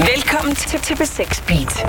Velkommen til P6 Beat.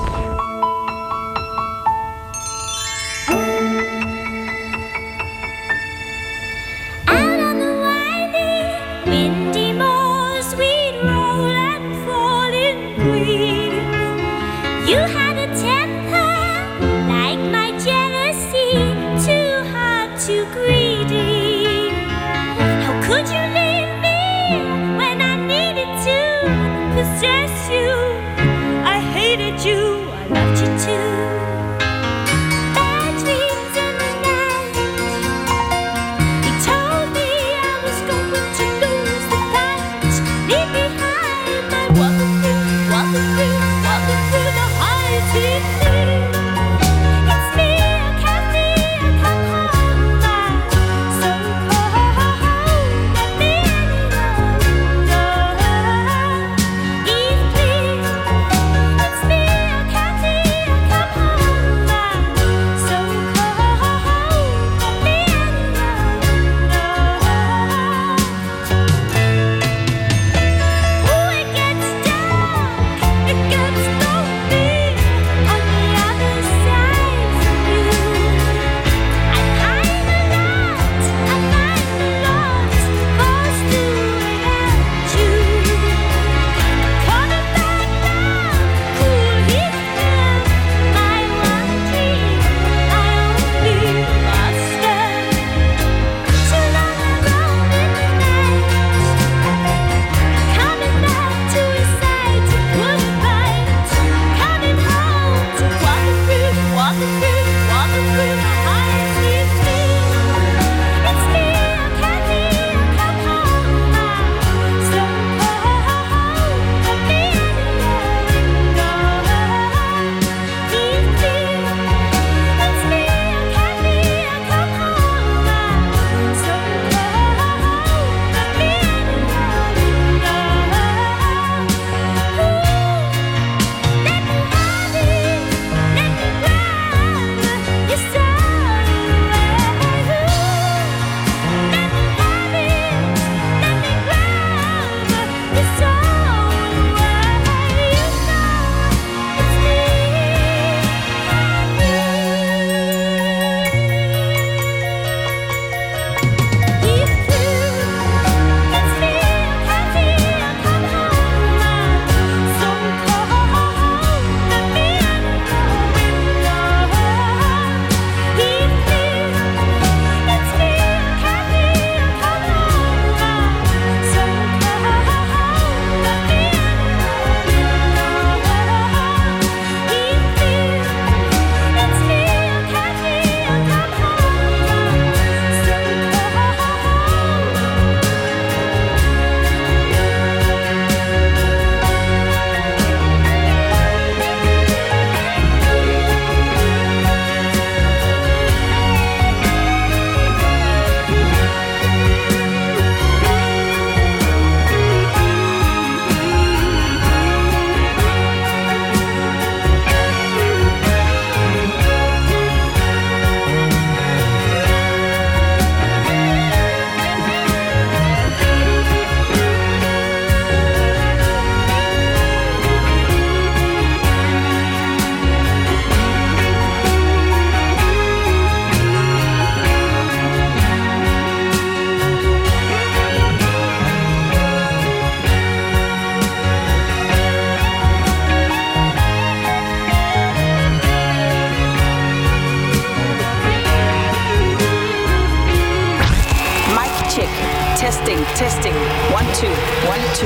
Testing. 1, 2, 1, 2.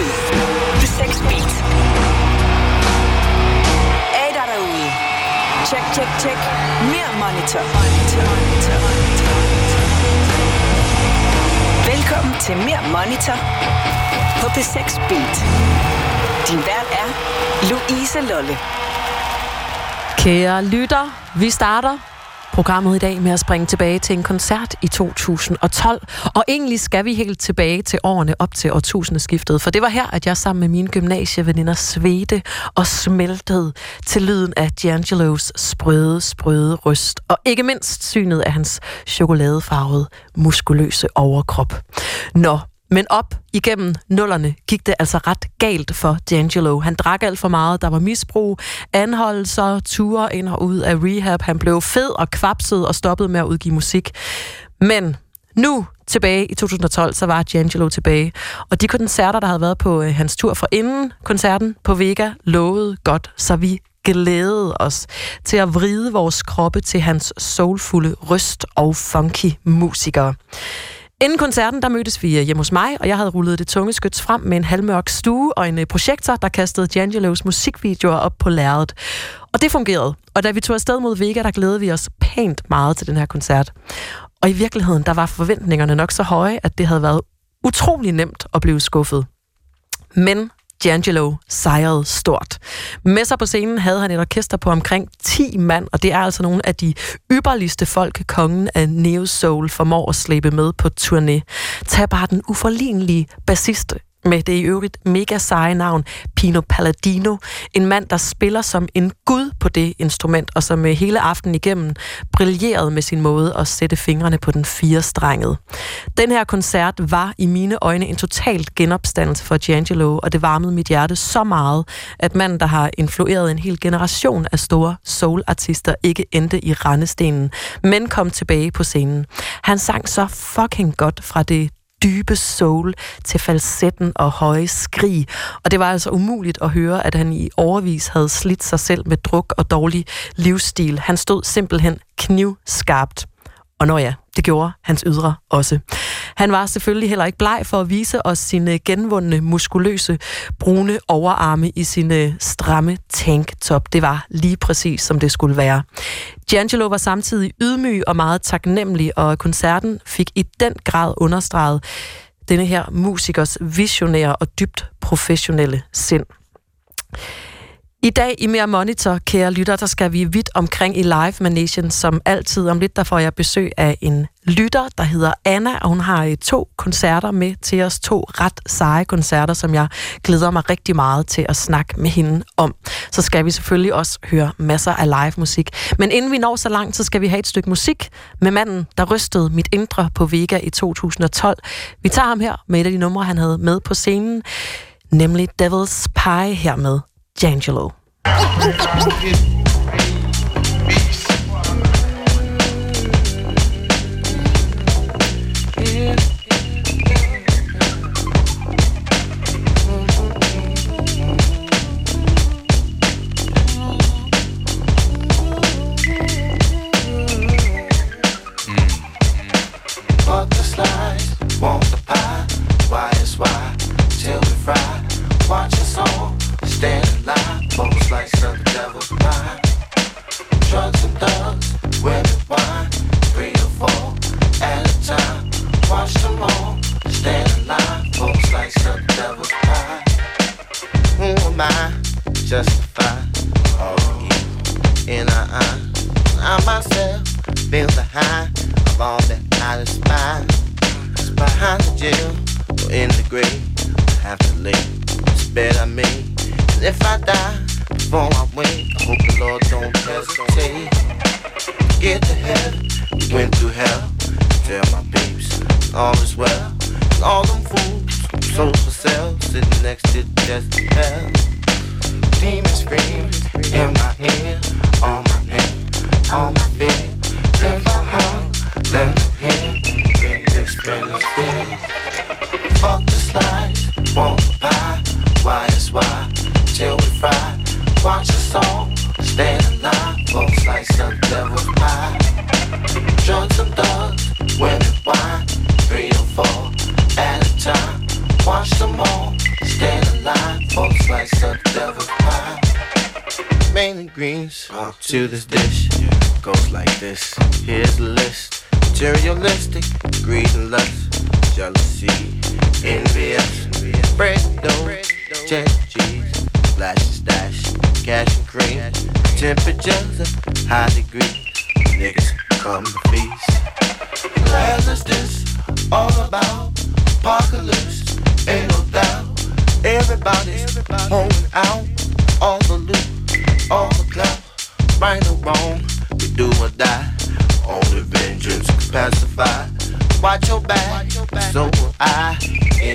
P6 Beat. Ada derude. Check. Mere monitor. Velkommen til Mere Monitor på P6 Beat. Din vært er Louise Lolle. Kære lytter, vi starter programmet i dag med at springe tilbage til en koncert i 2012. Og egentlig skal vi helt tilbage til årene op til årtusindeskiftet, for det var her, at jeg sammen med mine gymnasieveninder svedte og smeltede til lyden af D'Angelos sprøde røst, og ikke mindst synet af hans chokoladefarvede, muskuløse overkrop. Nå, Men op igennem nullerne gik det altså ret galt for D'Angelo. Han drak alt for meget, der var misbrug, anholdelser, ture ind og ud af rehab. Han blev fed og kvapset og stoppede med at udgive musik. Men nu, tilbage i 2012, så var D'Angelo tilbage. Og de koncerter, der havde været på hans tur for inden koncerten på Vega, lovede godt, så vi glædede os til at vride vores kroppe til hans soulfulde røst og funky musikere. Inden koncerten, der mødtes vi hjemme hos mig, og jeg havde rullet det tunge skyts frem med en halvmørk stue og en projektor, der kastede D'Angelos musikvideoer op på lærredet. Og det fungerede. Og da vi tog afsted mod Vega, der glædede vi os pænt meget til den her koncert. Og i virkeligheden, der var forventningerne nok så høje, at det havde været utrolig nemt at blive skuffet. Men D'Angelo sejrede stort. Med sig på scenen havde han et orkester på omkring 10 mand, og det er altså nogle af de ypperligste folk, kongen af Neo Soul formår at slæbe med på turné. Tag bare den uforlignelige bassist med det i øvrigt mega seje navn Pino Palladino. En mand, der spiller som en gud på det instrument, og som hele aftenen igennem brillerede med sin måde at sætte fingrene på den 4-strengede. Den her koncert var i mine øjne en totalt genopstandelse for D'Angelo, og det varmede mit hjerte så meget, at manden, der har influeret en hel generation af store soul-artister, ikke endte i rendestenen, men kom tilbage på scenen. Han sang så fucking godt fra det dybe soul til falsetten og høje skrig. Og det var altså umuligt at høre, at han i årevis havde slidt sig selv med druk og dårlig livsstil. Han stod simpelthen knivskarpt. Og nå ja, det gjorde hans ydre også. Han var selvfølgelig heller ikke bleg for at vise os sine genvundne, muskuløse, brune overarme i sine stramme tanktop. Det var lige præcis, som det skulle være. D'Angelo var samtidig ydmyg og meget taknemmelig, og koncerten fik i den grad understreget denne her musikers visionære og dybt professionelle sind. I dag i Mere Monitor, kære lytter, der skal vi vidt omkring i Live med Nation. Som altid om lidt, der får jeg besøg af en lytter, der hedder Anna, og hun har 2 koncerter med til os. 2 ret seje koncerter, som jeg glæder mig rigtig meget til at snakke med hende om. Så skal vi selvfølgelig også høre masser af live musik. Men inden vi når så langt, så skal vi have et stykke musik med manden, der rystede mit indre på Vega i 2012. Vi tager ham her med et af de numre, han havde med på scenen, nemlig Devil's Pie her med D'Angelo. Fuck the slice, want the pie, why is why, till we fry, watch us all, stand alive, both slice of the devil's pie, drugs and thugs, women, wine, 3 or 4, at a time, watch them all, stand alive, both slice of the devil's pie. Who am I, justify all evil in our eyes, I myself feel the high of all that I despise. It's behind the jail or in the grave, I have to live, it's better me. And if I die before I wait, I hope the Lord don't hesitate. Get to heaven, we went through hell. Tell my peeps, all is well. And all them fools, souls for sale, sitting next to the death of hell. Demons scream in my ear, on my neck, on my feet. If I hung, let them hear, get this spinning still. Fuck the slice, want the pie, why is why, till we fry. Watch us all, stay alive, both slice of the devil's pie. Drugs and thugs, women, wine, 3 or 4, at a time. Watch them all, stay alive, both slice of the devil's pie. Main ingredients to this dish goes like this. Here's the list: materialistic, greed and lust, jealousy, envious, bread, dough, check, cheese, flash and stash, cash and cream, temperatures of high degrees. Niggas come to feast. What is this all about? Apocalypse, ain't no doubt. Everybody's holding out all the loot, all the clout, right or wrong, we do or die. Only vengeance can pacify. Watch your back, so will I.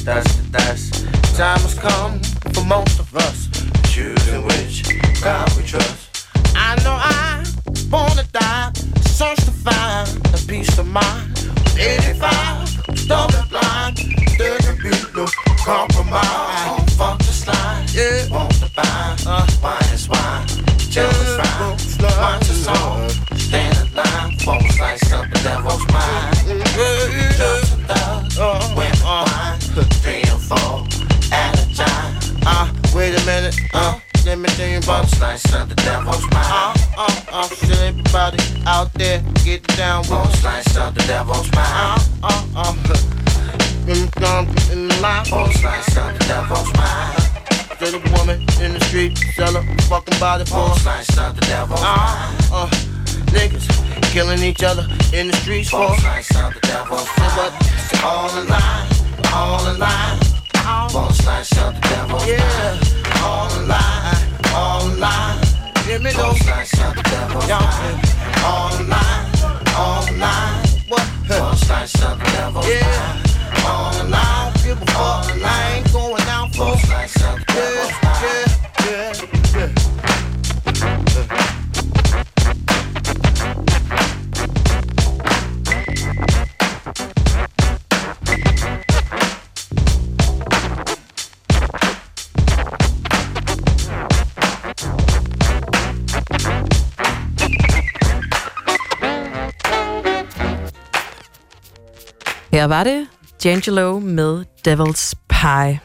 That's time has come for most of us, choosing which God we trust. I know I'm born to die, search to find a peace of mind. 85, stubborn blind, there can be no compromise. Fuck the slide, yeah, won't the bind. Wine is wine, chill is fine. Watch us all, stand in line. Won't slice up the devil's mind. Just a thug, when wine, 3 or 4 at a time. Wait a minute, let me tell you about slice up the devil's mind. Still everybody out there getting down. Won't slice up the devil's mind. In the line, won't slice up the devil's mind. Still a woman in the street, sell her fucking body for. Won't slice up the devil's mind. Niggas killing each other in the streets for. Won't slice up the devil's mind. But all in line, all in line. Won't slice up the devil's mind. All in line, all in line. Give me those slice up the devil's mind. All in line, all in line. What? Won't slice up the devil's mind. All in line, give a fuck. I ain't going down for. Won't slice up the devil's mind. Her var det D'Angelo med Devil's Pie.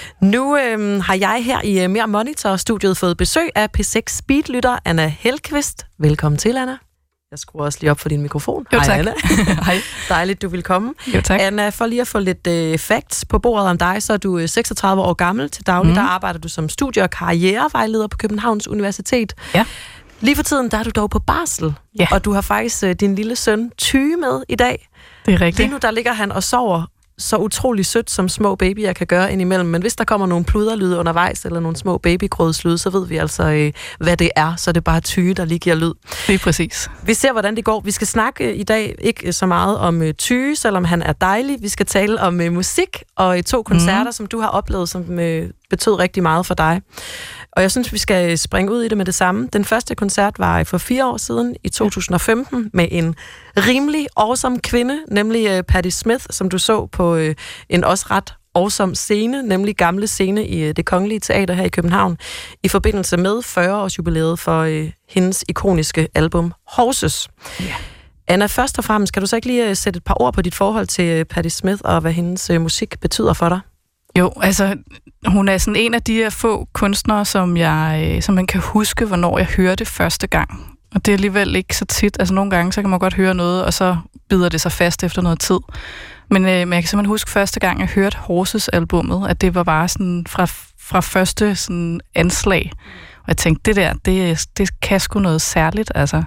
Nu har jeg her i Mere Monitor-studiet fået besøg af P6 Speed-lytter Anna Hellqvist. Velkommen til, Anna. Jeg skruer også lige op for din mikrofon. Jo, tak. Hej, Anna. Hej. Dejligt, du vil komme. Jo, tak. Anna, for lige at få lidt facts på bordet om dig, så er du 36 år gammel til daglig. Der arbejder du som studie- og karrierevejleder på Københavns Universitet. Ja. Lige for tiden, der er du dog på barsel, Ja. og du har faktisk din lille søn Tyge med i dag. Det er rigtigt. Lige nu, der ligger han og sover så utrolig sødt, som små babyer kan gøre indimellem. Men hvis der kommer nogle pluderlyde undervejs, eller nogle små babygrådslyde, så ved vi altså, hvad det er. Så er det bare Tyge, der lige giver lyd. Det er præcis. Vi ser, hvordan det går. Vi skal snakke i dag ikke så meget om Tyge, selvom han er dejlig. Vi skal tale om musik og 2 koncerter, som du har oplevet, som betød rigtig meget for dig. Og jeg synes, vi skal springe ud i det med det samme. Den første koncert var for 4 år siden, i 2015, med en rimelig awesome kvinde, nemlig Patti Smith, som du så på en også ret awesome scene, nemlig Gamle Scene i Det Kongelige Teater her i København, i forbindelse med 40-års jubilæet for hendes ikoniske album Horses. Yeah. Anna, først og fremmest, kan du så ikke lige sætte et par ord på dit forhold til Patti Smith, og hvad hendes musik betyder for dig? Jo, altså, hun er sådan en af de her få kunstnere, som man kan huske, hvornår jeg hørte første gang. Og det er alligevel ikke så tit. Altså, nogle gange, så kan man godt høre noget, og så bider det sig fast efter noget tid. Men jeg kan simpelthen huske første gang, jeg hørte Horses-albummet, at det var bare sådan fra første sådan anslag. Og jeg tænkte, det kan sgu noget særligt, altså.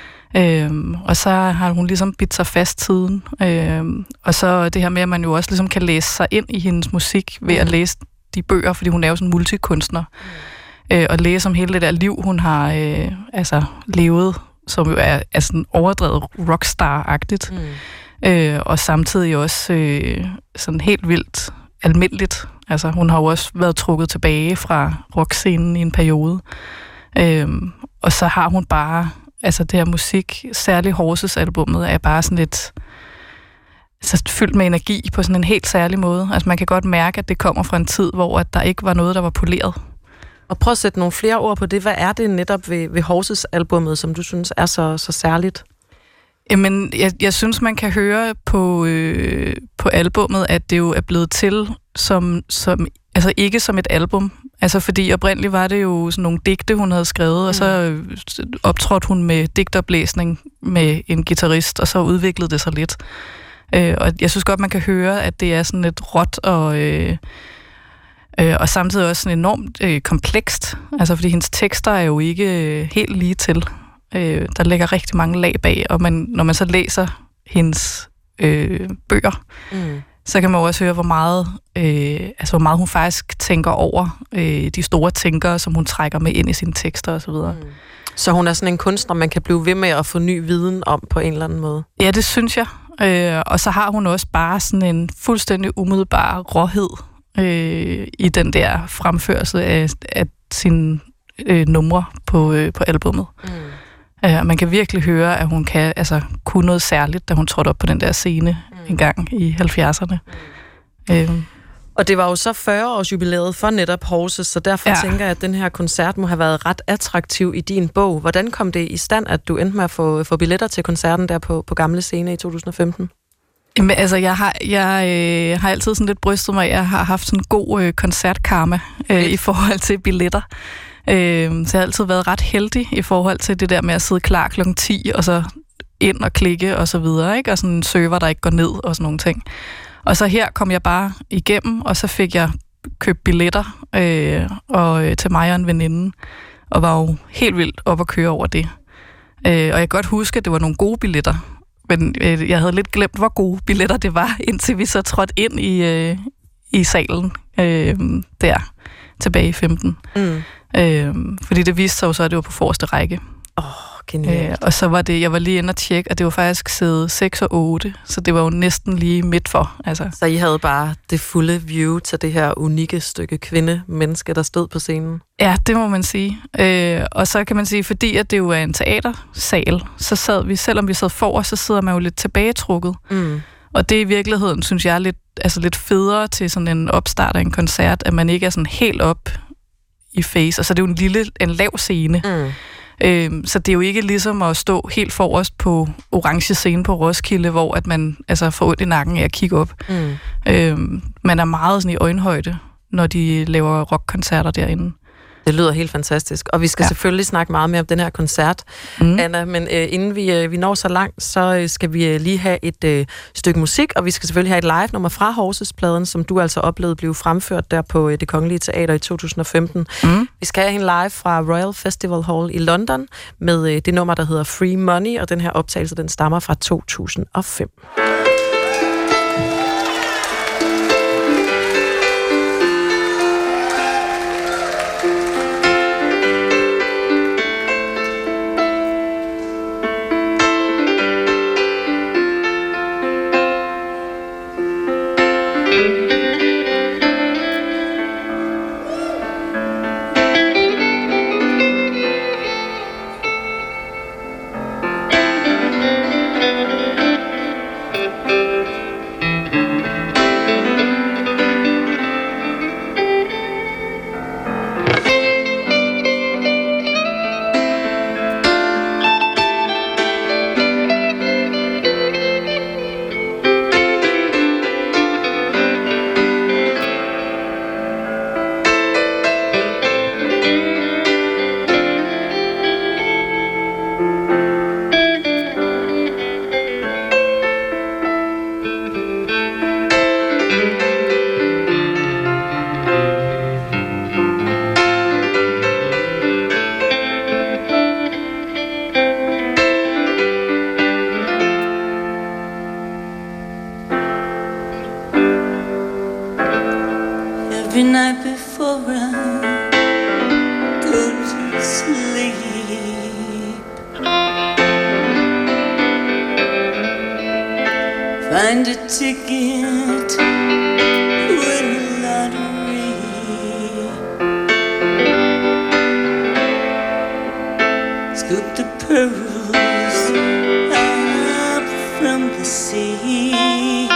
Og så har hun ligesom bidt sig fast siden. Og så det her med, at man jo også ligesom kan læse sig ind i hendes musik ved at læse de bøger, fordi hun er jo sådan en multikunstner. Og læse om hele det der liv, hun har levet, som jo er sådan overdrevet rockstar-agtigt. Og samtidig også sådan helt vildt almindeligt. Altså, hun har jo også været trukket tilbage fra rockscenen i en periode. Og så har hun bare... Altså det her musik, særligt Horses-albummet, er bare sådan lidt fyldt med energi på sådan en helt særlig måde. Altså man kan godt mærke, at det kommer fra en tid, hvor at der ikke var noget, der var poleret. Og prøv at sætte nogle flere ord på det. Hvad er det netop ved Horses-albummet, som du synes er så særligt? Jamen, jeg synes, man kan høre på albummet, at det jo er blevet til som altså ikke som et album. Altså fordi oprindeligt var det jo sådan nogle digte, hun havde skrevet, og så optrådte hun med digtoplæsning med en guitarist, og så udviklede det sig lidt. Og jeg synes godt, man kan høre, at det er sådan lidt råt og samtidig også sådan enormt komplekst. Altså fordi hendes tekster er jo ikke helt lige til. Der ligger rigtig mange lag bag, og når man så læser hendes bøger, så kan man jo også høre, hvor meget hun faktisk tænker over de store tænkere, som hun trækker med ind i sine tekster osv. Så hun er sådan en kunstner, man kan blive ved med at få ny viden om på en eller anden måde? Ja, det synes jeg. Og så har hun også bare sådan en fuldstændig umiddelbar råhed i den der fremførelse af sine numre på albummet. Man kan virkelig høre, at hun kan kunne noget særligt, da hun trådte op på den der scene en gang i 70'erne. Og det var jo så 40-års jubilæet for netop Horses, så derfor tænker jeg, at den her koncert må have været ret attraktiv i din bog. Hvordan kom det i stand, at du endte med at få billetter til koncerten der på Gamle Scene i 2015? Jamen, altså, jeg har altid sådan lidt brystet mig, at jeg har haft sådan en god koncertkarma i forhold til billetter. Så jeg har altid været ret heldig i forhold til det der med at sidde klar kl. 10, og så ind og klikke og så videre, ikke? Og sådan en server, der ikke går ned og sådan nogle ting. Og så her kom jeg bare igennem, og så fik jeg købt billetter til mig og en veninde, og var jo helt vildt op at køre over det. Og jeg kan godt huske, at det var nogle gode billetter, men jeg havde lidt glemt, hvor gode billetter det var, indtil vi så trådte ind i salen der tilbage i 15. Fordi det viste sig jo så, at det var på forreste række. Og så var det, jeg var lige inde og tjekke, og det var faktisk sæde 6 og 8, så det var jo næsten lige midt for. Altså. Så I havde bare det fulde view til det her unikke stykke kvinde-menneske, der stod på scenen? Ja, det må man sige. Og så kan man sige, fordi at det jo er en teatersal, så sad vi, selvom vi sad forrest, så sidder man jo lidt tilbagetrukket. Og det i virkeligheden, synes jeg, er lidt federe til sådan en opstart af en koncert, at man ikke er sådan helt op i face. Og så er det jo en lav scene. Så det er jo ikke ligesom at stå helt forrest på orange scene på Roskilde, hvor at man får ondt i nakken af at kigge op. Man er meget sådan i øjenhøjde, når de laver rockkoncerter derinde. Det lyder helt fantastisk, og vi skal selvfølgelig snakke meget mere om den her koncert, Anna, men inden vi når så langt, så skal vi lige have et stykke musik, og vi skal selvfølgelig have et live-nummer fra Horses-pladen, som du altså oplevede blev fremført der på Det Kongelige Teater i 2015. Vi skal have en live fra Royal Festival Hall i London med det nummer, der hedder Free Money, og den her optagelse, den stammer fra 2005. Every night before I go to sleep, find a ticket, win a lottery, scoop the pearls up from the sea,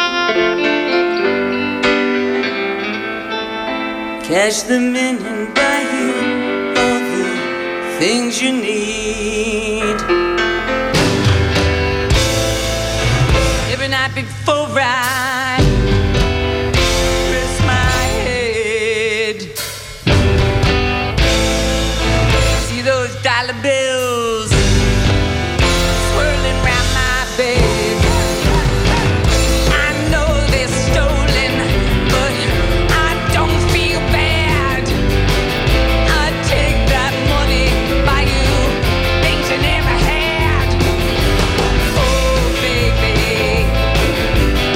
cash them in and buy you all the things you need. Every night before I rest my head, see those dollar bills swirling round my bed. I know they're stolen, but I don't feel bad. I take that money, buy you things you never had. Oh baby,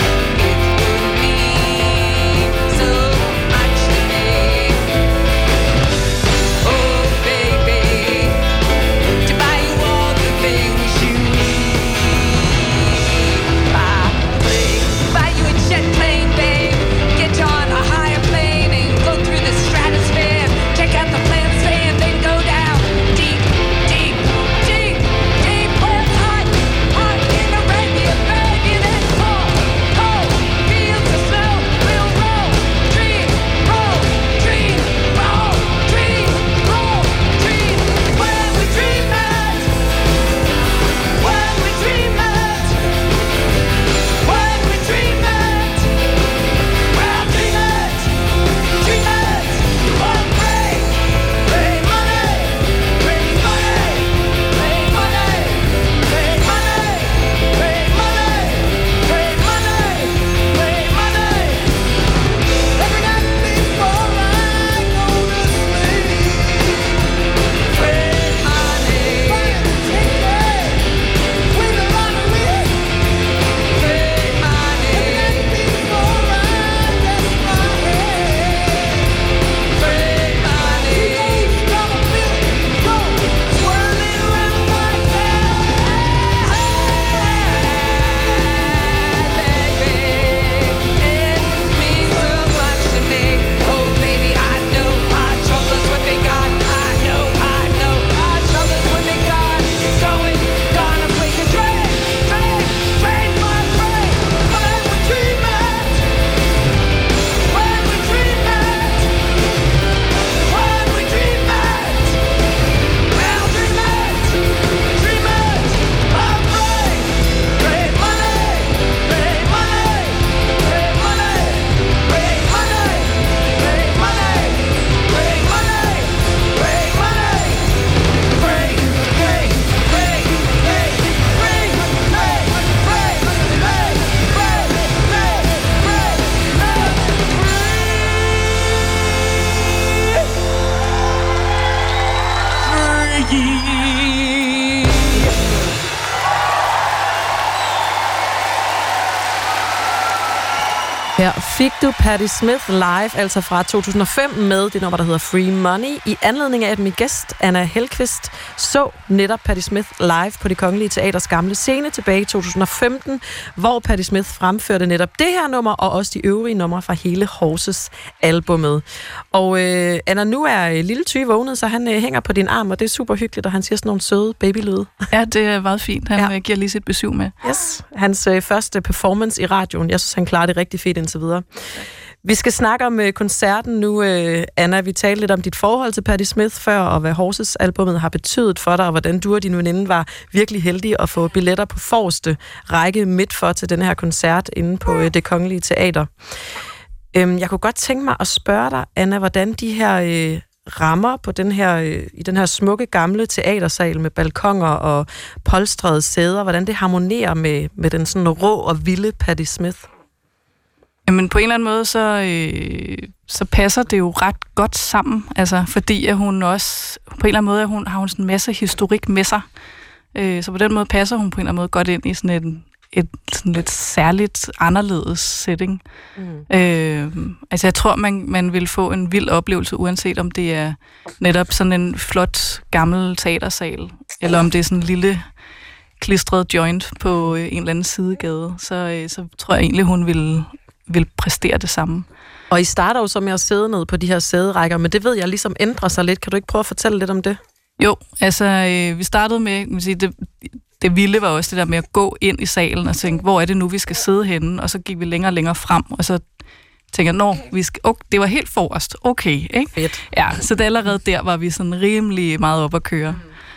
fik du Patti Smith live, altså fra 2005, med det nummer, der hedder Free Money, i anledning af, at min gæst, Anna Hellqvist, så netop Patti Smith live på Det Kongelige Teaters gamle scene tilbage i 2015, hvor Patti Smith fremførte netop det her nummer, og også de øvrige numre fra hele Horses-albummet. Og Anna, nu er lille Ty vågnet, så han hænger på din arm, og det er super hyggeligt, og han siger sådan nogle søde babylyde. Ja, det er meget fint. Han giver lige sit besøg med. Yes, hans første performance i radioen. Jeg synes, han klarer det rigtig fedt indtil videre. Vi skal snakke om koncerten nu, Anna. Vi talte lidt om dit forhold til Patti Smith før, og hvad Horses-albummet har betydet for dig, og hvordan du og din veninde var virkelig heldige at få billetter på forreste række midt for til den her koncert inde på Det Kongelige Teater. Jeg kunne godt tænke mig at spørge dig, Anna, hvordan de her rammer på i den her smukke gamle teatersal med balkoner og polstrede sæder, hvordan det harmonerer med den sådan rå og vilde Patti Smith? Jamen på en eller anden måde, så passer det jo ret godt sammen, altså fordi at hun også, på en eller anden måde har hun sådan en masse historik med sig, så på den måde passer hun på en eller anden måde godt ind i sådan et sådan lidt særligt anderledes setting. Altså jeg tror, man vil få en vild oplevelse, uanset om det er netop sådan en flot gammel teatersal, eller om det er sådan en lille klistret joint på en eller anden sidegade, så tror jeg egentlig, hun vil præstere det samme. Og I starter jo så med at sidde ned på de her sæderækker, men det ved jeg ligesom ændrer sig lidt. Kan du ikke prøve at fortælle lidt om det? Jo, altså vi startede med, det vilde var også det der med at gå ind i salen og tænke, hvor er det nu, vi skal sidde henne? Og så gik vi længere og længere frem, og så tænker jeg, det var helt forrest. Okay, ikke? Fedt. Ja, så det allerede der var vi sådan rimelig meget op at køre.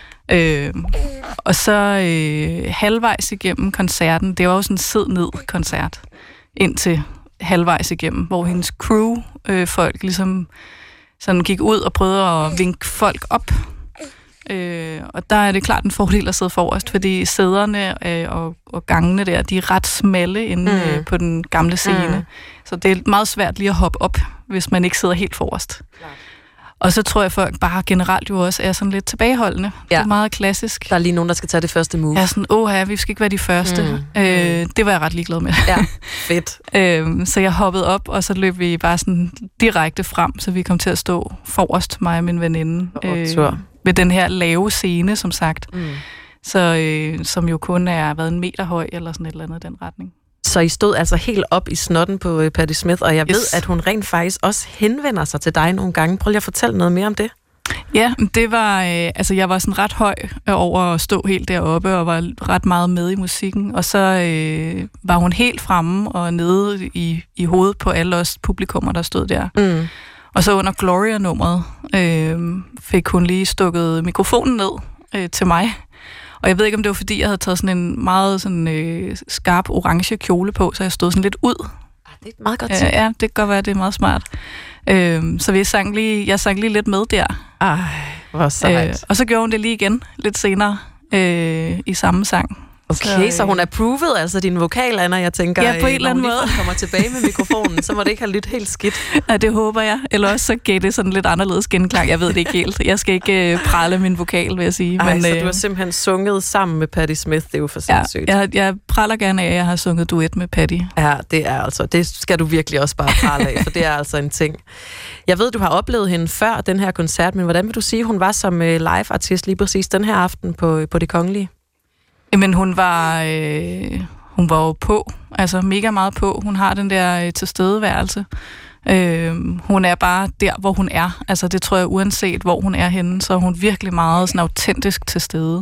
Og så halvvejs igennem koncerten, det var jo sådan en sid-ned-koncert, indtil halvvejs igennem, hvor hendes crew, folk ligesom sådan gik ud og prøvede at vinke folk op. Og der er det klart en fordel at sidde forrest, fordi sæderne og gangene der, de er ret smalle inde på den gamle scene. Så det er meget svært lige at hoppe op, hvis man ikke sidder helt forrest. Og så tror jeg, folk bare generelt jo også er sådan lidt tilbageholdende. Ja. Det er meget klassisk. Der er lige nogen, der skal tage det første move. Ja, sådan, vi skal ikke være de første. Det var jeg ret ligeglad med. Ja, fedt. Så jeg hoppede op, og så løb vi bare sådan direkte frem, så vi kom til at stå forrest, mig og min veninde. Ved den her lave scene, som sagt. Så, som jo kun er været 1 meter høj, eller sådan et eller andet i den retning. Så I stod altså helt op i snotten på Patti Smith, og jeg ved, at hun rent faktisk også henvender sig til dig nogle gange. Prøv lige at fortælle noget mere om det. Ja, det var, jeg var sådan ret høj over at stå helt deroppe, og var ret meget med i musikken, og så var hun helt fremme og nede i hovedet på alle os publikummer, der stod der. Og så under Gloria-nummeret fik hun lige stukket mikrofonen ned til mig. Og jeg ved ikke, om det var, fordi jeg havde taget sådan en meget sådan, skarp orange kjole på, så jeg stod sådan lidt ud. Det er meget godt til. Ja, det kan godt være, det er meget smart. Så jeg sang lige lidt med der. Ej, hvor sejt. Og så gjorde hun det lige igen, lidt senere, i samme sang. Okay, så hun approved altså din vokal, Anna, jeg tænker, ja, på en eller anden måde. Når hun kommer tilbage med mikrofonen, så må det ikke have lyttet helt skidt. Ja, det håber jeg. Eller også så gav det sådan lidt anderledes genklang. Jeg ved det ikke helt. Jeg skal ikke prale min vokal, vil jeg sige. Ej, men, så du har simpelthen sunget sammen med Patti Smith, det er jo for sindssygt. Ja, jeg praler gerne af, at jeg har sunget duet med Patti. Ja, det skal du virkelig også bare prale af, for det er altså en ting. Jeg ved, du har oplevet hende før den her koncert, men hvordan vil du sige, hun var som live-artist lige præcis den her aften på Det Kongelige? Jamen, hun var jo på, altså mega meget på. Hun har den der tilstedeværelse. Hun er bare der, hvor hun er. Altså, det tror jeg, uanset hvor hun er henne, så er hun virkelig meget sådan autentisk til stede.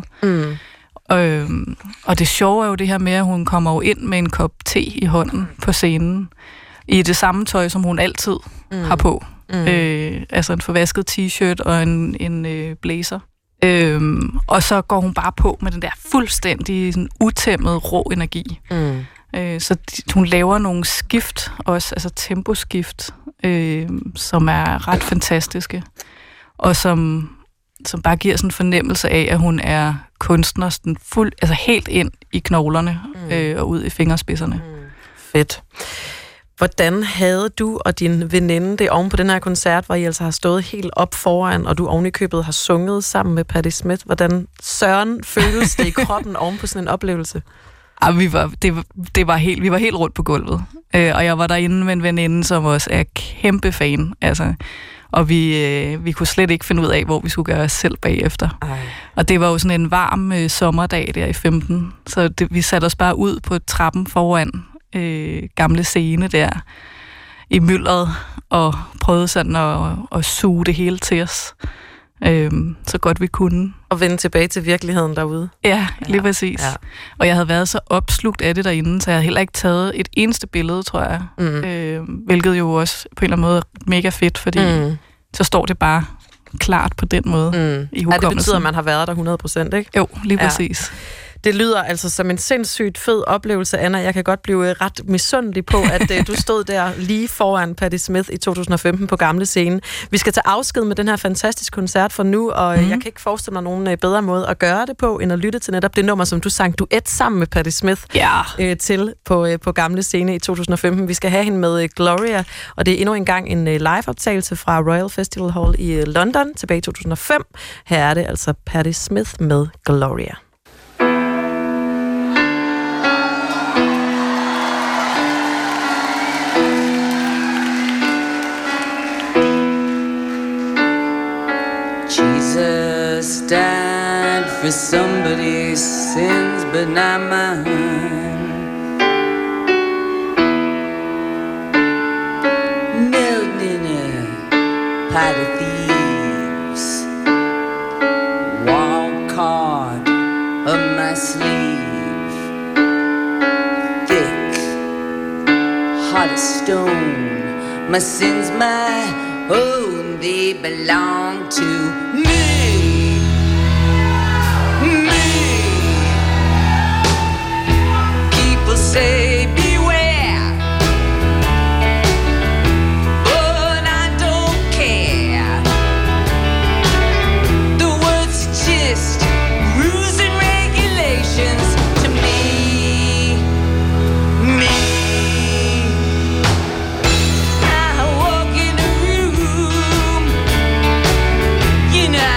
Og det sjove er jo det her med, at hun kommer jo ind med en kop te i hånden på scenen, i det samme tøj, som hun altid har på. Altså en forvasket t-shirt og en blazer. Og så går hun bare på med den der fuldstændig sådan, utæmmede, rå energi. Så hun laver nogle skift også, altså temposkift, som er ret fantastiske, og som bare giver sådan en fornemmelse af, at hun er kunstner sådan altså helt ind i knoglerne og ud i fingerspidserne. Fedt. Hvordan havde du og din veninde det oven på den her koncert, hvor I altså har stået helt op foran, og du oven i købet har sunget sammen med Patti Smith? Hvordan søren føles det i kroppen oven på sådan en oplevelse? Vi var helt rundt på gulvet. Og jeg var derinde med en veninde, som også er kæmpe fan. Altså, og vi kunne slet ikke finde ud af, hvor vi skulle gøre os selv bagefter. Ej. Og det var jo sådan en varm sommerdag der i 15. Så vi satte os bare ud på trappen foran gamle scene der i myldret, og prøvede sådan at suge det hele til os. Så godt vi kunne. Og vende tilbage til virkeligheden derude. Ja, lige præcis. Ja. Og jeg havde været så opslugt af det derinde, så jeg havde heller ikke taget et eneste billede, tror jeg. Hvilket jo også på en eller anden måde er mega fedt, fordi så står det bare klart på den måde i hukommelsen. Det betyder, at man har været der 100%, ikke? Jo, lige præcis. Det lyder altså som en sindssygt fed oplevelse, Anna. Jeg kan godt blive ret misundelig på, at du stod der lige foran Patti Smith i 2015 på Gamle Scene. Vi skal tage afsked med den her fantastiske koncert for nu, og jeg kan ikke forestille mig nogen bedre måde at gøre det på, end at lytte til netop det nummer, som du sang duet sammen med Patti Smith til på Gamle Scene i 2015. Vi skal have hende med Gloria, og det er endnu en gang en live-optagelse fra Royal Festival Hall i London tilbage i 2005. Her er det altså Patti Smith med Gloria. Jesus died for somebody's sins, but not mine. Knelt in a pot of thieves, walk card up my sleeve, thick, hot as stone. My sins, my own, they belong to me. People say beware, but I don't care. The words are just rules and regulations to me. I walk in a room, you know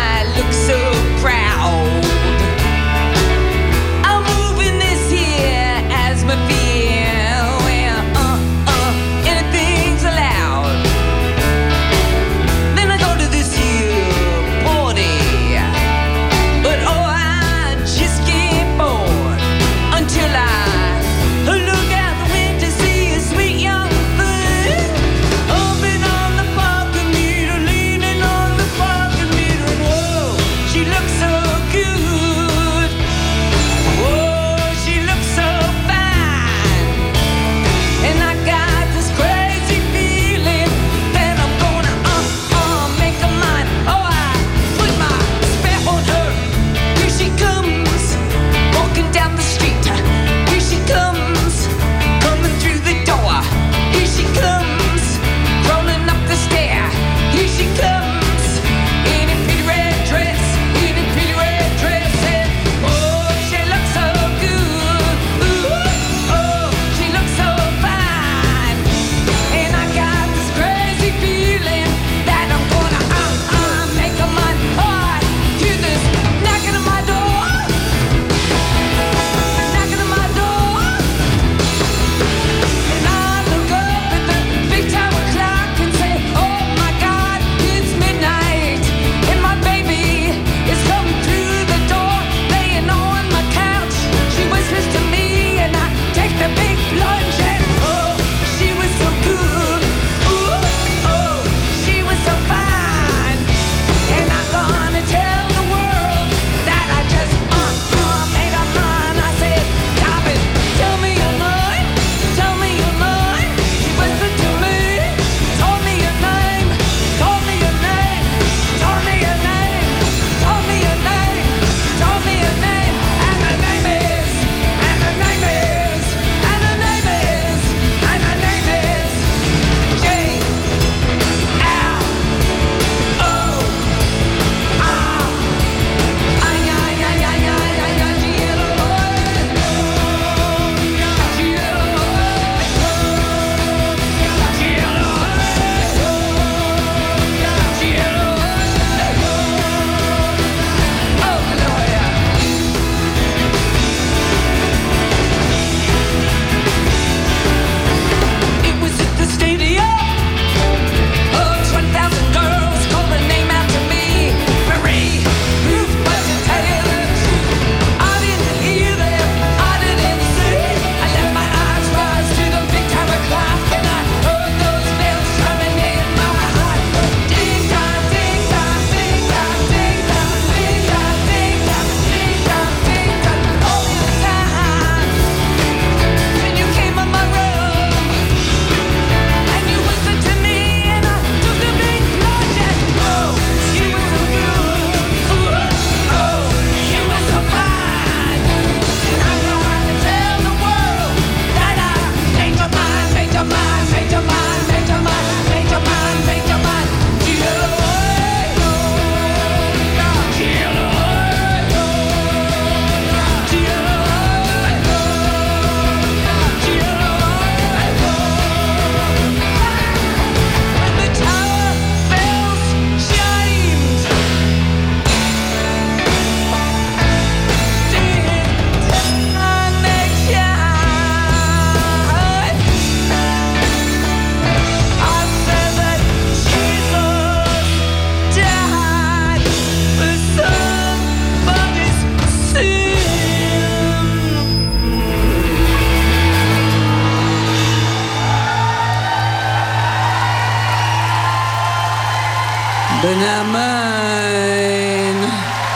but not mine.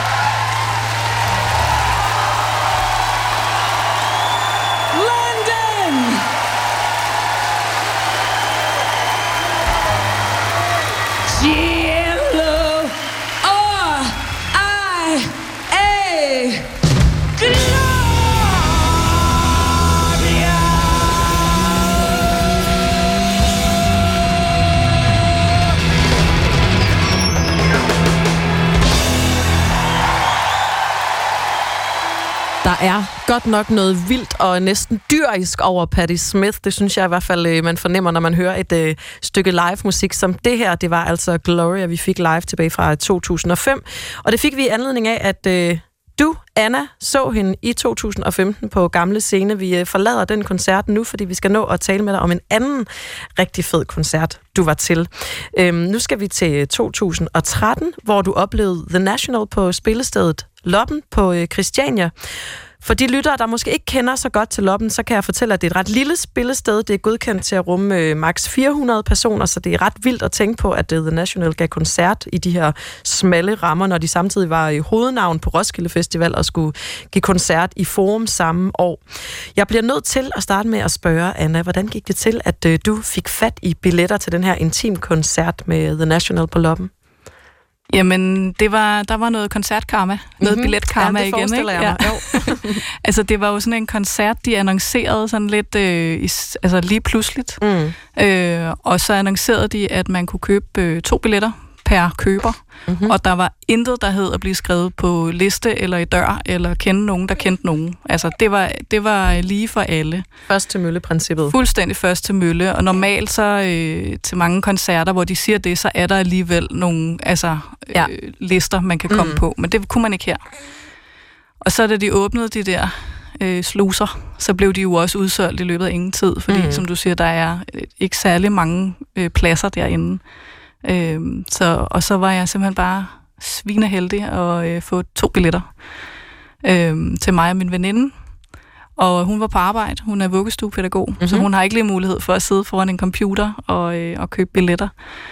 London! G-L-O-R-I-A Der er godt nok noget vildt og næsten dyrisk over Patti Smith. Det synes jeg i hvert fald, man fornemmer, når man hører et stykke live-musik som det her. Det var altså Gloria, vi fik live tilbage fra 2005. Og det fik vi i anledning af, at du, Anna, så hende i 2015 på Gamle Scene. Vi forlader den koncert nu, fordi vi skal nå at tale med dig om en anden rigtig fed koncert, du var til. Nu skal vi til 2013, hvor du oplevede The National på spillestedet Loppen på Christiania. For de lyttere, der måske ikke kender så godt til Loppen, så kan jeg fortælle, at det er et ret lille spillested. Det er godkendt til at rumme maks 400 personer, så det er ret vildt at tænke på, at The National gav koncert i de her smalle rammer, når de samtidig var i hovednavn på Roskilde Festival og skulle give koncert i Forum samme år. Jeg bliver nødt til at starte med at spørge, Anna, hvordan gik det til, at du fik fat i billetter til den her intim-koncert med The National på Loppen? Jamen, der var noget koncertkarma, noget billetkarma igen, ikke? Jeg mig. Jo. Altså, det var jo sådan en koncert, de annoncerede sådan lidt, lige pludseligt. Og så annoncerede de, at man kunne købe 2 billetter per køber. Og der var intet, der hed at blive skrevet på liste eller i dør, eller kende nogen, der kendte nogen. Altså, det var lige for alle. Først til mølle-princippet. Fuldstændig først til mølle. Og normalt så til mange koncerter, hvor de siger det, så er der alligevel nogle lister, man kan komme på. Men det kunne man ikke her. Og så da de åbnede de der sluser, så blev de jo også udsolgt i løbet af ingen tid. Fordi, som du siger, der er ikke særlig mange pladser derinde. Og så var jeg simpelthen bare svineheldig at få 2 billetter til mig og min veninde. Og hun var på arbejde, hun er vuggestuepædagog, så hun har ikke lige mulighed for at sidde foran en computer og købe billetter.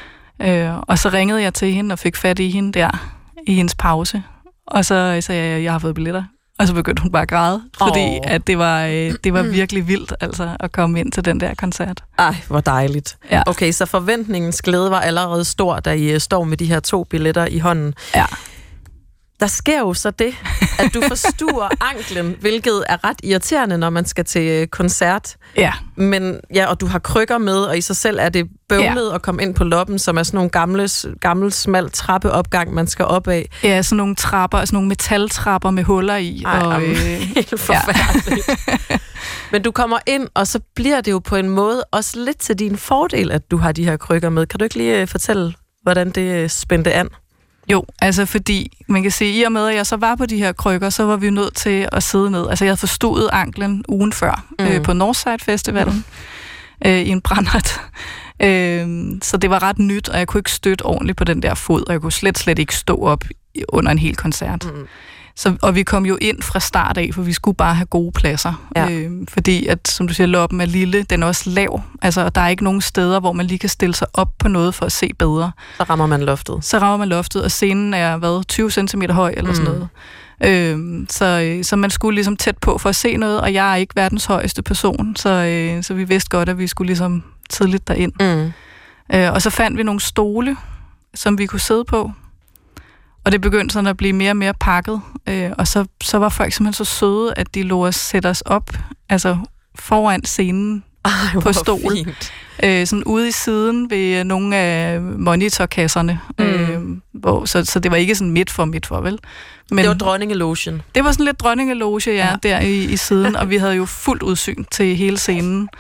Og så ringede jeg til hende og fik fat i hende der i hendes pause. Og så sagde jeg, at jeg har fået billetter. Og så begyndte hun bare at græde, fordi at det var virkelig vildt altså, at komme ind til den der koncert. Ej, hvor dejligt. Ja. Okay, så forventningens glæde var allerede stor, da I står med de her 2 billetter i hånden. Ja. Der sker jo så det, at du forstuer anklen, hvilket er ret irriterende, når man skal til koncert. Ja. Men og du har krykker med, og i sig selv er det bøvlet at komme ind på Loppen, som er sådan nogle gamle smal trappeopgang, man skal op af. Ja, sådan nogle trapper, sådan nogle metaltrapper med huller i. Helt forfærdeligt. Men du kommer ind, og så bliver det jo på en måde også lidt til din fordel, at du har de her krykker med. Kan du ikke lige fortælle, hvordan det spændte an? Jo, altså fordi, man kan sige, i og med, at jeg så var på de her krykker, så var vi jo nødt til at sidde ned. Altså jeg havde forstuet anklen ugen før på Northside Festivalen i en brændert. Så det var ret nyt, og jeg kunne ikke støtte ordentligt på den der fod, og jeg kunne slet ikke stå op under en hel koncert. Og vi kom jo ind fra start af, for vi skulle bare have gode pladser. Ja. Fordi, at, som du siger, Loppen er lille, den er også lav. Altså, og der er ikke nogen steder, hvor man lige kan stille sig op på noget for at se bedre. Så rammer man loftet. Og scenen er, 20 cm høj eller sådan noget. Så man skulle ligesom tæt på for at se noget, og jeg er ikke verdens højeste person, så vi vidste godt, at vi skulle ligesom tidligt derind. Og så fandt vi nogle stole, som vi kunne sidde på. Og det begyndte sådan at blive mere og mere pakket. Og så var folk simpelthen så søde, at de lå os sætte os op, altså foran scenen på stol. Sådan ude i siden ved nogle af monitorkasserne. Så det var ikke sådan midt for, vel? Men det var dronningelogen. Det var sådan lidt dronningeloge, der i siden, og vi havde jo fuldt udsyn til hele scenen.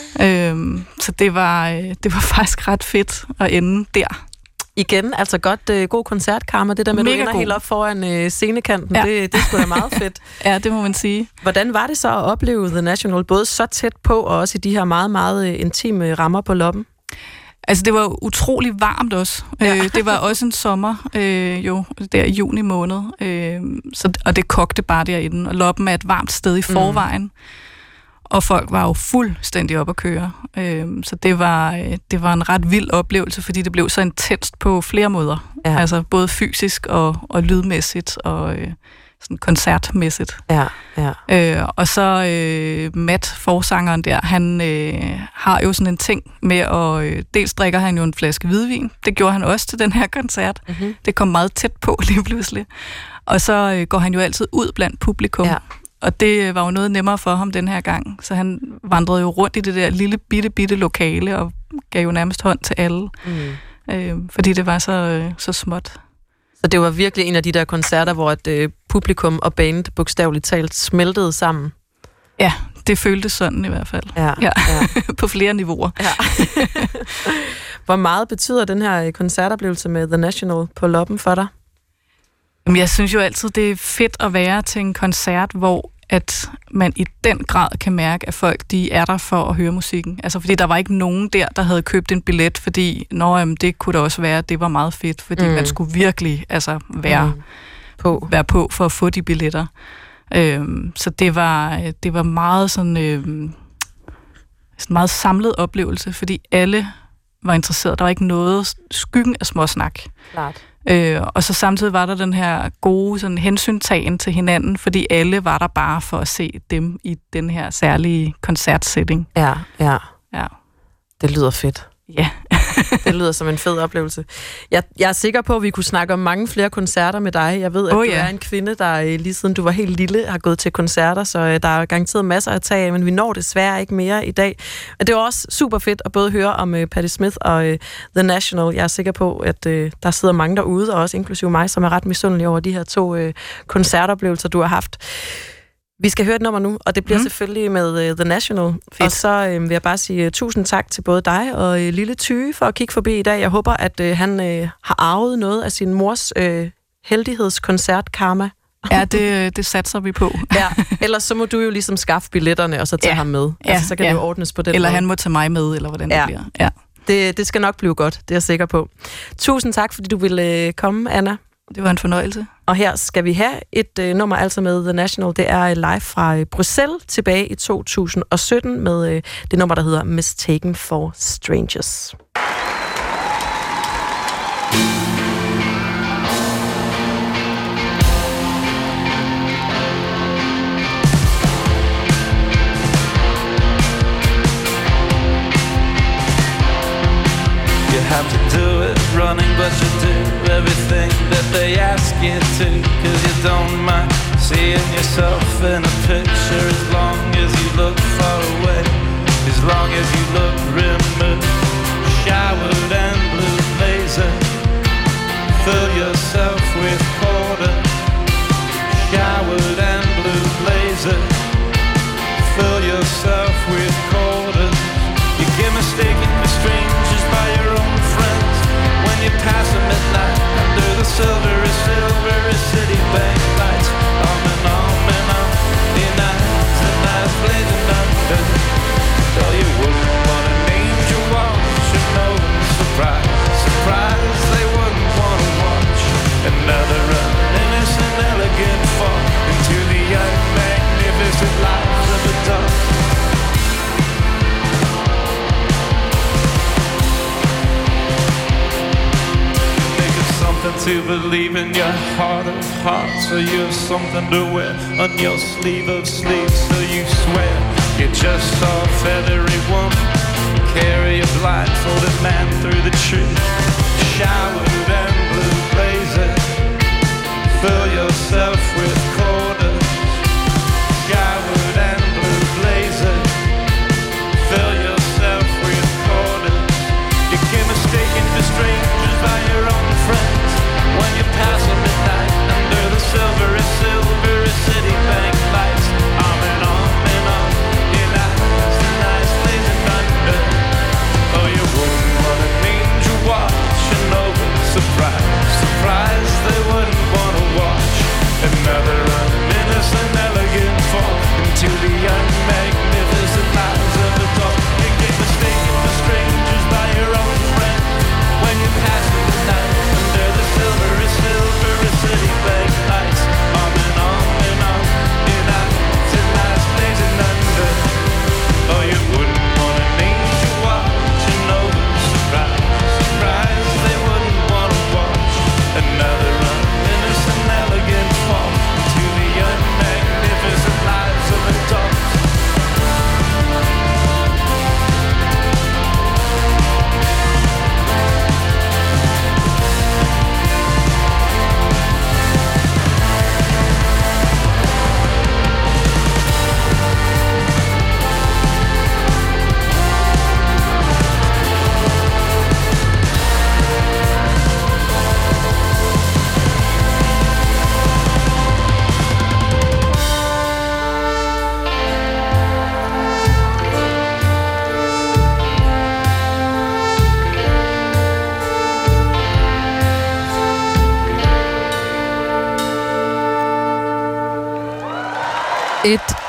Så det var faktisk ret fedt at ende der. Igen, altså god koncertkarma, det der med, at du ender helt op foran scenekanten, det er sgu da meget fedt. Ja, det må man sige. Hvordan var det så at opleve The National, både så tæt på, og også i de her meget, meget intime rammer på Loppen? Altså, det var utrolig varmt også. Det var også en sommer, der i juni måned, og det kogte bare derinde, og Loppen er et varmt sted i forvejen. og folk var jo fuldstændig op at køre. Så det var en ret vild oplevelse, fordi det blev så intenst på flere måder. Ja. Altså både fysisk og lydmæssigt og sådan koncertmæssigt. Ja. Og så Matt, forsangeren der, han har jo sådan en ting med at... dels drikker han jo en flaske hvidvin. Det gjorde han også til den her koncert. Mm-hmm. Det kom meget tæt på lige pludselig. Og så går han jo altid ud blandt publikum. Ja. Og det var jo noget nemmere for ham den her gang. Så han vandrede jo rundt i det der lille, bitte lokale og gav jo nærmest hånd til alle. Fordi det var så småt. Så det var virkelig en af de der koncerter, hvor et publikum og band bogstaveligt talt smeltede sammen. Ja, det føltes sådan i hvert fald. Ja. På flere niveauer. Ja. Hvor meget betyder den her koncertoplevelse med The National på loppen for dig? Jamen, jeg synes jo altid, det er fedt at være til en koncert, hvor at man i den grad kan mærke, at folk de er der for at høre musikken. Altså, fordi der var ikke nogen der havde købt en billet, fordi det kunne da også være, at det var meget fedt, fordi man skulle virkelig være på for at få de billetter. Så det var meget sådan en meget samlet oplevelse, fordi alle var interesseret. Der var ikke noget skyggen af småsnak. Klart. Og så samtidig var der den her gode sådan, hensyntagen til hinanden, fordi alle var der bare for at se dem i den her særlige koncertsetting. Ja. Det lyder fedt. Ja. Det lyder som en fed oplevelse. Jeg er sikker på, at vi kunne snakke om mange flere koncerter med dig. Jeg ved, at du er en kvinde, der lige siden du var helt lille har gået til koncerter, så der er garanteret masser at tage af, men vi når desværre ikke mere i dag. Og det var også super fedt at både høre om Patti Smith og The National. Jeg er sikker på, at der sidder mange derude, og også inklusive mig, som er ret misundelig over de her 2 koncertoplevelser, du har haft. Vi skal høre et nummer nu, og det bliver selvfølgelig med The National. Fedt. Og så vil jeg bare sige tusind tak til både dig og lille Tyge for at kigge forbi i dag. Jeg håber, at han har arvet noget af sin mors heldighedskoncert-karma. Ja, det satser vi på. Ja, ellers så må du jo ligesom skaffe billetterne og så tage ham med. Ja, altså, så kan det jo ordnes på den eller måde. Han må tage mig med, eller hvordan det bliver. Ja. Det skal nok blive godt, det er jeg sikker på. Tusind tak, fordi du ville komme, Anna. Det var en fornøjelse. Og her skal vi have et nummer altså med The National. Det er live fra Bruxelles tilbage i 2017 med det nummer, der hedder Mistaken for Strangers. You have to do it running, but you do everything that they ask you to, 'cause you don't mind seeing yourself in a picture as long as you look far away, as long as you look removed. Showered and blue blazer, fill yourself with quarter. Showered and blue blazer, fill yourself with quarters. You get mistaken for strangers by your own friends when you pass them at night under the silvery Citibank lights. On and on and on, the nights and nights blazing under. Though you wouldn't want an angel watching over. Surprise, surprise, they wouldn't want to watch another innocent, elegant fall into the magnificent lives of a dog. To believe in your heart of hearts, so you have something to wear on your sleeve of sleeves, so you swear you just saw a feathery woman carry a blindfolded man through the tree. Showered and blue blazer, fill yourself with quarters. Showered and blue blazer, fill yourself with quarters. You get mistaken for strangers by your own friends when you pass them at night under the silvery Citibank lights. On and on and on, your nights and nights blazing under. Oh, you wouldn't want an angel watching over.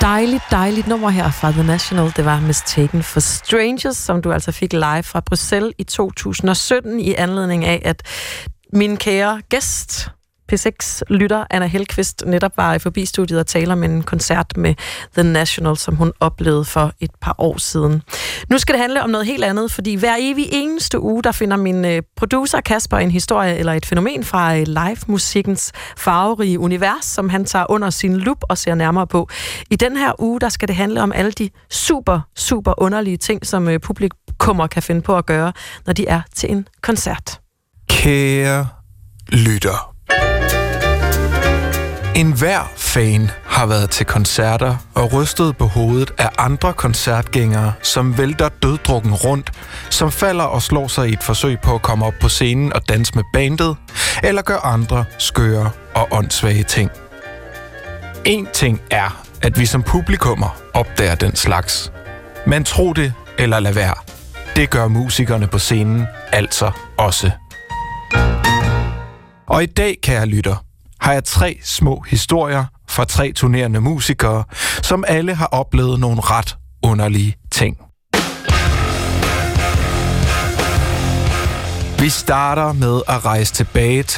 Dejligt nummer her fra The National. Det var Mistaken for Strangers, som du altså fik live fra Bruxelles i 2017 i anledning af, at min kære gæst, P6-lytter Anna Hellqvist, netop var forbi studiet og taler om en koncert med The National, som hun oplevede for et par år siden. Nu skal det handle om noget helt andet, fordi hver evig eneste uge, der finder min producer Kasper en historie eller et fænomen fra live-musikkens farverige univers, som han tager under sin lup og ser nærmere på. I den her uge, der skal det handle om alle de super underlige ting, som publikummer kan finde på at gøre, når de er til en koncert. Kære lytter. Enhver fan har været til koncerter og rystet på hovedet af andre koncertgængere, som vælter døddrukken rundt, som falder og slår sig i et forsøg på at komme op på scenen og danse med bandet, eller gør andre skøre og åndssvage ting. En ting er, at vi som publikummer opdager den slags. Men tro det eller lad være. Det gør musikerne på scenen altså også. Og i dag, kære lytter, har jeg 3 små historier fra 3 turnerende musikere, som alle har oplevet nogle ret underlige ting. Vi starter med at rejse tilbage til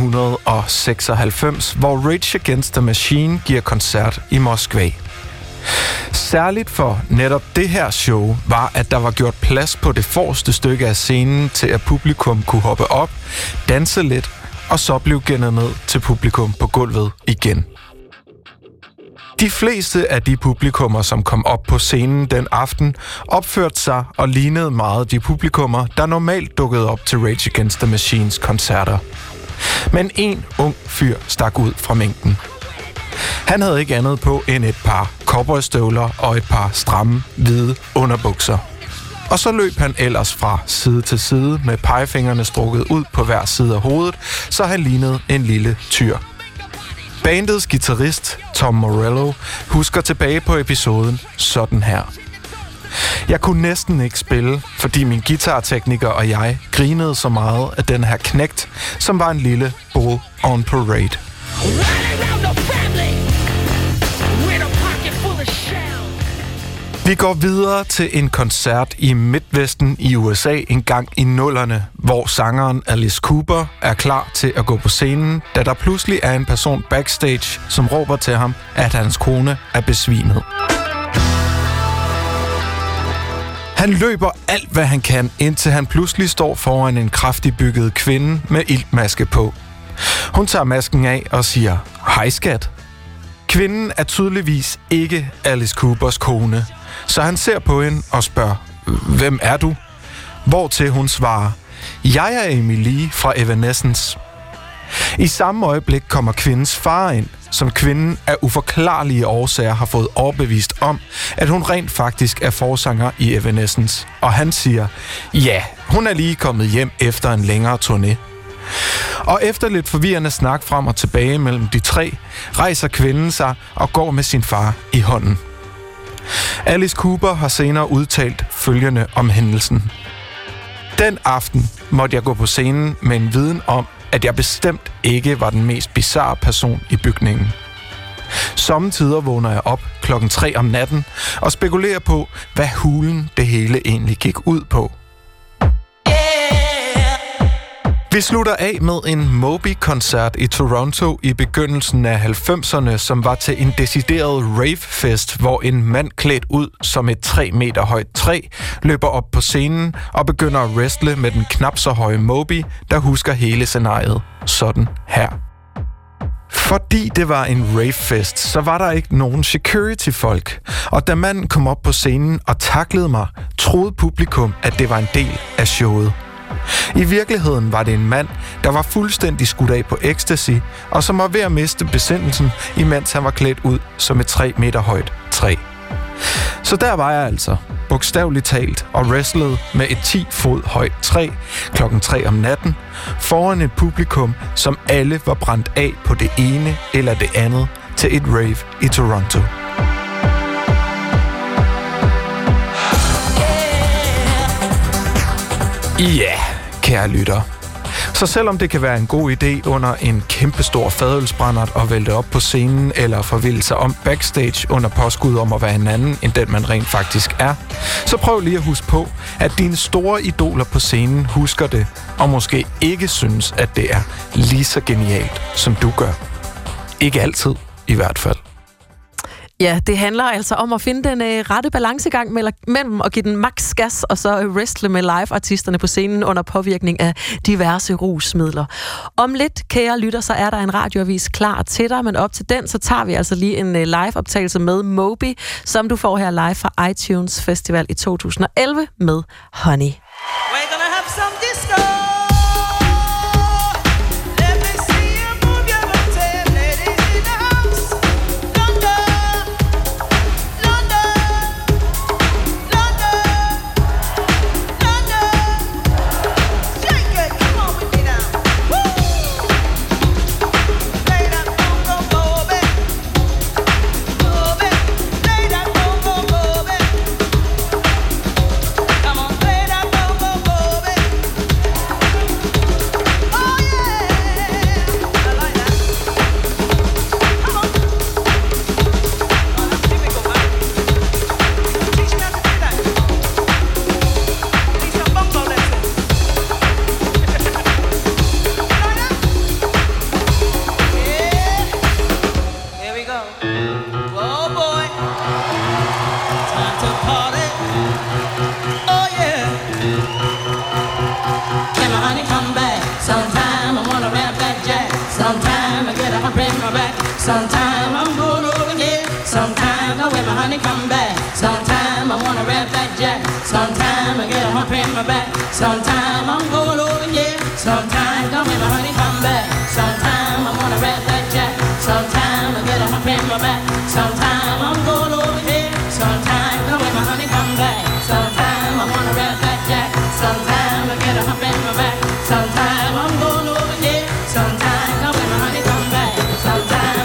1996, hvor Rage Against the Machine giver koncert i Moskva. Særligt for netop det her show var, at der var gjort plads på det forreste stykke af scenen til, at publikum kunne hoppe op, danse lidt, og så blev gennet ned til publikum på gulvet igen. De fleste af de publikummer, som kom op på scenen den aften, opførte sig og lignede meget de publikummer, der normalt dukkede op til Rage Against the Machines koncerter. Men en ung fyr stak ud fra mængden. Han havde ikke andet på end et par cowboystøvler og et par stramme, hvide underbukser. Og så løb han ellers fra side til side med pegefingrene strukket ud på hver side af hovedet, så han lignede en lille tyr. Bandets guitarist Tom Morello husker tilbage på episoden sådan her. Jeg kunne næsten ikke spille, fordi min guitartekniker og jeg grinede så meget af den her knægt, som var en lille bull on parade. Vi går videre til en koncert i Midtvesten i USA en gang i 00'erne, hvor sangeren Alice Cooper er klar til at gå på scenen, da der pludselig er en person backstage, som råber til ham, at hans kone er besvimet. Han løber alt, hvad han kan, indtil han pludselig står foran en kraftig bygget kvinde med iltmaske på. Hun tager masken af og siger, hej skat. Kvinden er tydeligvis ikke Alice Coopers kone, så han ser på hende og spørger, hvem er du? Hvortil hun svarer, jeg er Emily fra Evanescence. I samme øjeblik kommer kvindens far ind, som kvinden af uforklarlige årsager har fået overbevist om, at hun rent faktisk er forsanger i Evanescence. Og han siger, ja, hun er lige kommet hjem efter en længere turné. Og efter lidt forvirrende snak frem og tilbage mellem de 3, rejser kvinden sig og går med sin far i hånden. Alice Cooper har senere udtalt følgende om hændelsen. Den aften måtte jeg gå på scenen med en viden om, at jeg bestemt ikke var den mest bizarre person i bygningen. Sommetider vågner jeg op 3:00 om natten og spekulerer på, hvad hulen det hele egentlig gik ud på. Vi slutter af med en Moby-koncert i Toronto i begyndelsen af 90'erne, som var til en decideret rave-fest, hvor en mand klædt ud som et 3 meter højt træ løber op på scenen og begynder at wrestle med den knap så høje Moby, der husker hele scenariet sådan her. Fordi det var en rave-fest, så var der ikke nogen security-folk, og da manden kom op på scenen og taklede mig, troede publikum, at det var en del af showet. I virkeligheden var det en mand, der var fuldstændig skudt af på ecstasy, og som var ved at miste besindelsen, imens han var klædt ud som et 3 meter højt træ. Så der var jeg altså, bogstaveligt talt, og wrestlede med et 10 fod højt træ 3:00 om natten, foran et publikum, som alle var brændt af på det ene eller det andet til et rave i Toronto. Ja, kære lytter. Så selvom det kan være en god idé under en kæmpestor fadølsbrændert at vælte op på scenen eller forvilde sig om backstage under påskud om at være en anden end den man rent faktisk er, så prøv lige at huske på, at dine store idoler på scenen husker det, og måske ikke synes, at det er lige så genialt, som du gør. Ikke altid, i hvert fald. Ja, det handler altså om at finde den rette balancegang mellem at give den max gas og så wrestle med live-artisterne på scenen under påvirkning af diverse rusmidler. Om lidt, kære lytter, så er der en radioavis klar til dig, men op til den, så tager vi altså lige en live-optagelse med Moby, som du får her live fra iTunes Festival i 2011 med Honey. We're gonna have some disco. Sometime I'm going over here. Sometime I wear my honeycomb bag. Sometime I wanna wrap that jack. Sometime I get a hump in my back. Sometime I'm going over here. Sometime I wear my honeycomb bag. Sometime I wanna wrap that jack. Sometime I get a hump in my back. Sometime I'm going over here. Sometime I wear my honeycomb bag. Sometime I wanna wrap that jack. Sometime I get a hump in my back. Sometime I'm going over here. Sometime I wear my honeycomb bag. Sometime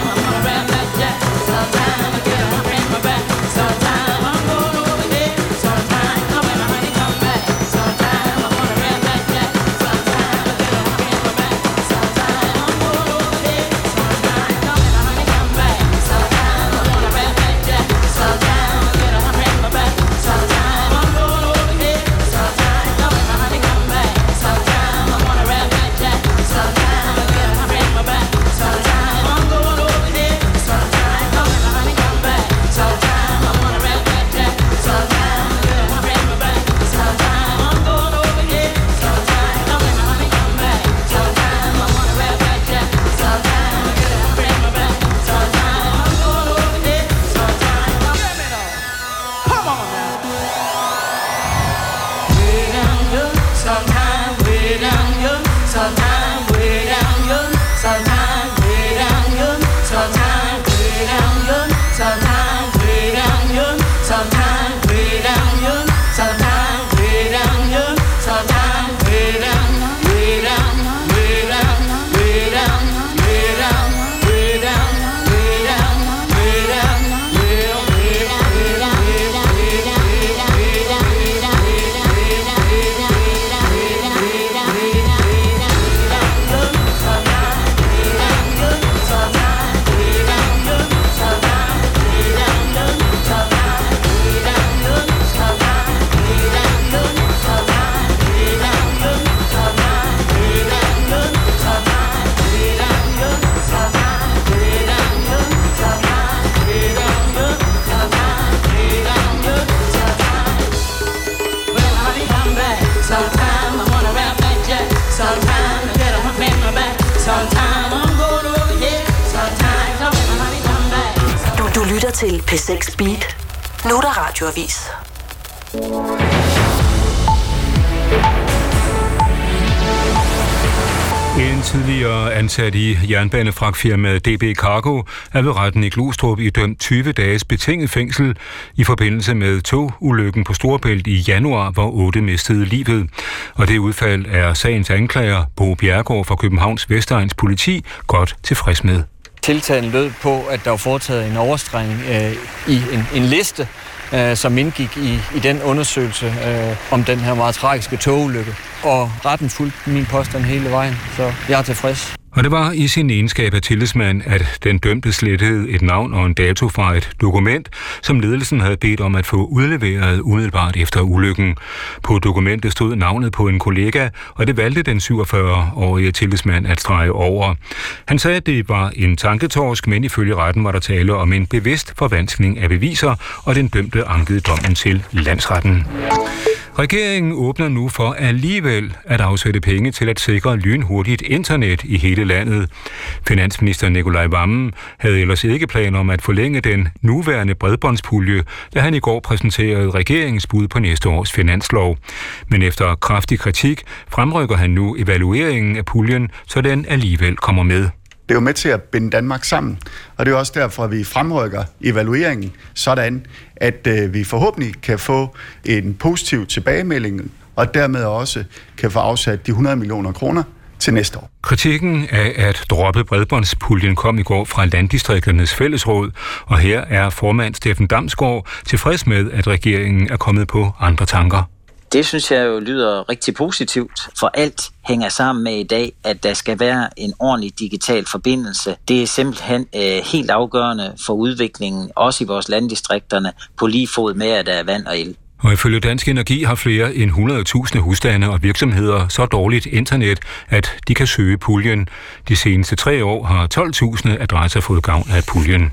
til P6 Beat. Nu er der radioavis. En tidligere ansat i jernbanefragtfirmaet DB Cargo er ved retten i Glostrup idømt 20 dages betinget fængsel i forbindelse med togulykken på Storebælt i januar, hvor 8 mistede livet. Og det udfald er sagens anklager, Bo Bjerregaard fra Københavns Vestegns politi, godt tilfreds med. tiltalen lød på, at der var foretaget en overstregning i en liste, som indgik i den undersøgelse om den her meget tragiske togulykke. Og retten fulgte min påstand hele vejen, så jeg er tilfreds. Og det var i sin egenskab af tillidsmand, at den dømte slettede et navn og en dato fra et dokument, som ledelsen havde bedt om at få udleveret umiddelbart efter ulykken. På dokumentet stod navnet på en kollega, og det valgte den 47-årige tillidsmand at strege over. Han sagde, at det var en tanketorsk, men ifølge retten var der tale om en bevidst forvanskning af beviser, og den dømte ankede dommen til landsretten. Regeringen åbner nu for alligevel at afsætte penge til at sikre lynhurtigt internet i hele landet. Finansminister Nicolai Wammen havde ellers ikke planer om at forlænge den nuværende bredbåndspulje, da han i går præsenterede regeringens bud på næste års finanslov. Men efter kraftig kritik fremrykker han nu evalueringen af puljen, så den alligevel kommer med. Det er jo med til at binde Danmark sammen, og det er også derfor, at vi fremrykker evalueringen, sådan at vi forhåbentlig kan få en positiv tilbagemelding, og dermed også kan få afsat de 100 millioner kroner til næste år. Kritikken af at droppe bredbåndspuljen kom i går fra Landdistrikternes Fællesråd, og her er formand Steffen Damsgaard tilfreds med, at regeringen er kommet på andre tanker. Det synes jeg jo lyder rigtig positivt, for alt hænger sammen med i dag, at der skal være en ordentlig digital forbindelse. Det er simpelthen helt afgørende for udviklingen, også i vores landdistrikterne, på lige fod med, at der er vand og el. Og ifølge Dansk Energi har flere end 100.000 husstande og virksomheder så dårligt internet, at de kan søge puljen. De seneste 3 år har 12.000 adresser fået gavn af puljen.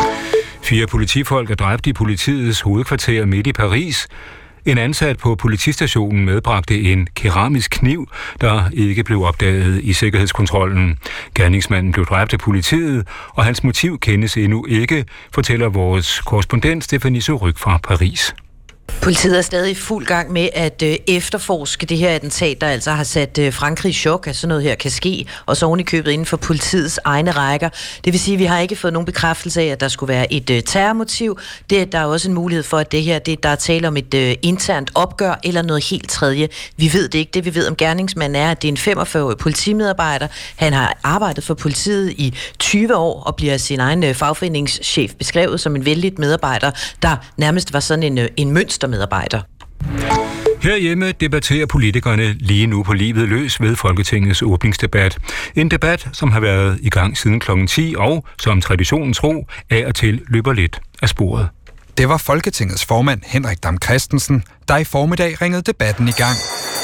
4 politifolk er dræbt i politiets hovedkvarter midt i Paris. En ansat på politistationen medbragte en keramisk kniv, der ikke blev opdaget i sikkerhedskontrollen. Gerningsmanden blev dræbt af politiet, og hans motiv kendes endnu ikke, fortæller vores korrespondent Stephanie Suryk fra Paris. Politiet er stadig i fuld gang med at efterforske det her attentat, der altså har sat Frankrig i chok, at sådan noget her kan ske, og så oven i købet inden for politiets egne rækker. Det vil sige, at vi har ikke fået nogen bekræftelse af, at der skulle være et terrormotiv. Der er også en mulighed for, at det her, der er tale om et internt opgør eller noget helt tredje. Vi ved det ikke. Det vi ved om gerningsmanden er, at det er en 45-årig politimedarbejder. Han har arbejdet for politiet i 20 år og bliver sin egen fagforeningschef beskrevet som en vældigt medarbejder, der nærmest var sådan en mønstermedarbejder. Herhjemme debatterer politikerne lige nu på livet løs ved Folketingets åbningsdebat. En debat, som har været i gang siden kl. 10 og, som traditionen tro, af og til løber lidt af sporet. Det var Folketingets formand Henrik Dam Kristensen, der i formiddag ringede debatten i gang.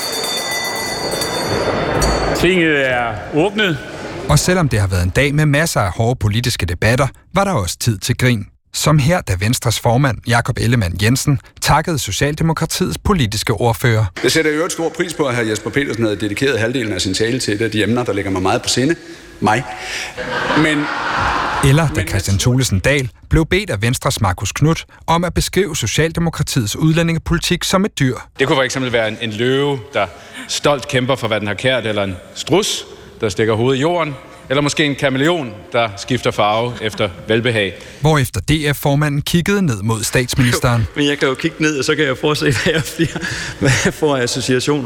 Tinget er åbnet. Og selvom det har været en dag med masser af hårde politiske debatter, var der også tid til grin. Som her, da Venstres formand, Jakob Ellemann-Jensen, takkede Socialdemokratiets politiske ordfører. Jeg sætter jo et stor pris på, at hr. Jesper Petersen havde dedikeret halvdelen af sin tale til et af de emner, der ligger mig meget på sinde. Mig. Eller da Christian Thulesen Dahl blev bedt af Venstres Marcus Knuth om at beskrive Socialdemokratiets udlændingepolitik som et dyr. Det kunne for eksempel være en løve, der stolt kæmper for, hvad den har kært, eller en struds, der stikker hovedet i jorden, eller måske en kameleon, der skifter farve efter velbehag. Hvorefter DF-formanden kiggede ned mod statsministeren. Men jeg kan jo kigge ned, og så kan jeg fortsætte, hvad jeg får af associationer.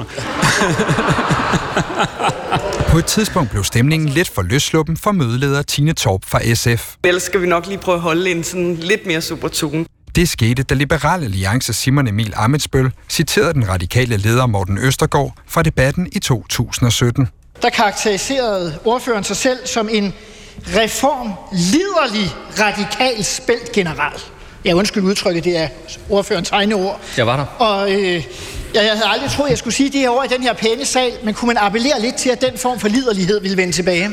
På et tidspunkt blev stemningen lidt for løssluppen for mødeleder Tine Torp fra SF. Ellers skal vi nok lige prøve at holde en sådan lidt mere super tone. Det skete, da Liberal Alliance Simon Emil Ammitzbøll citerede den radikale leder Morten Østergaard fra debatten i 2017. Der karakteriserede ordføreren sig selv som en reformliderlig radikal spældt general. Jeg undskyld udtrykket, det er ordførerens egne ord. Jeg var der. Og jeg havde aldrig troet, jeg skulle sige det her ord i den her pæne sal, men kunne man appellere lidt til, at den form for liderlighed ville vende tilbage?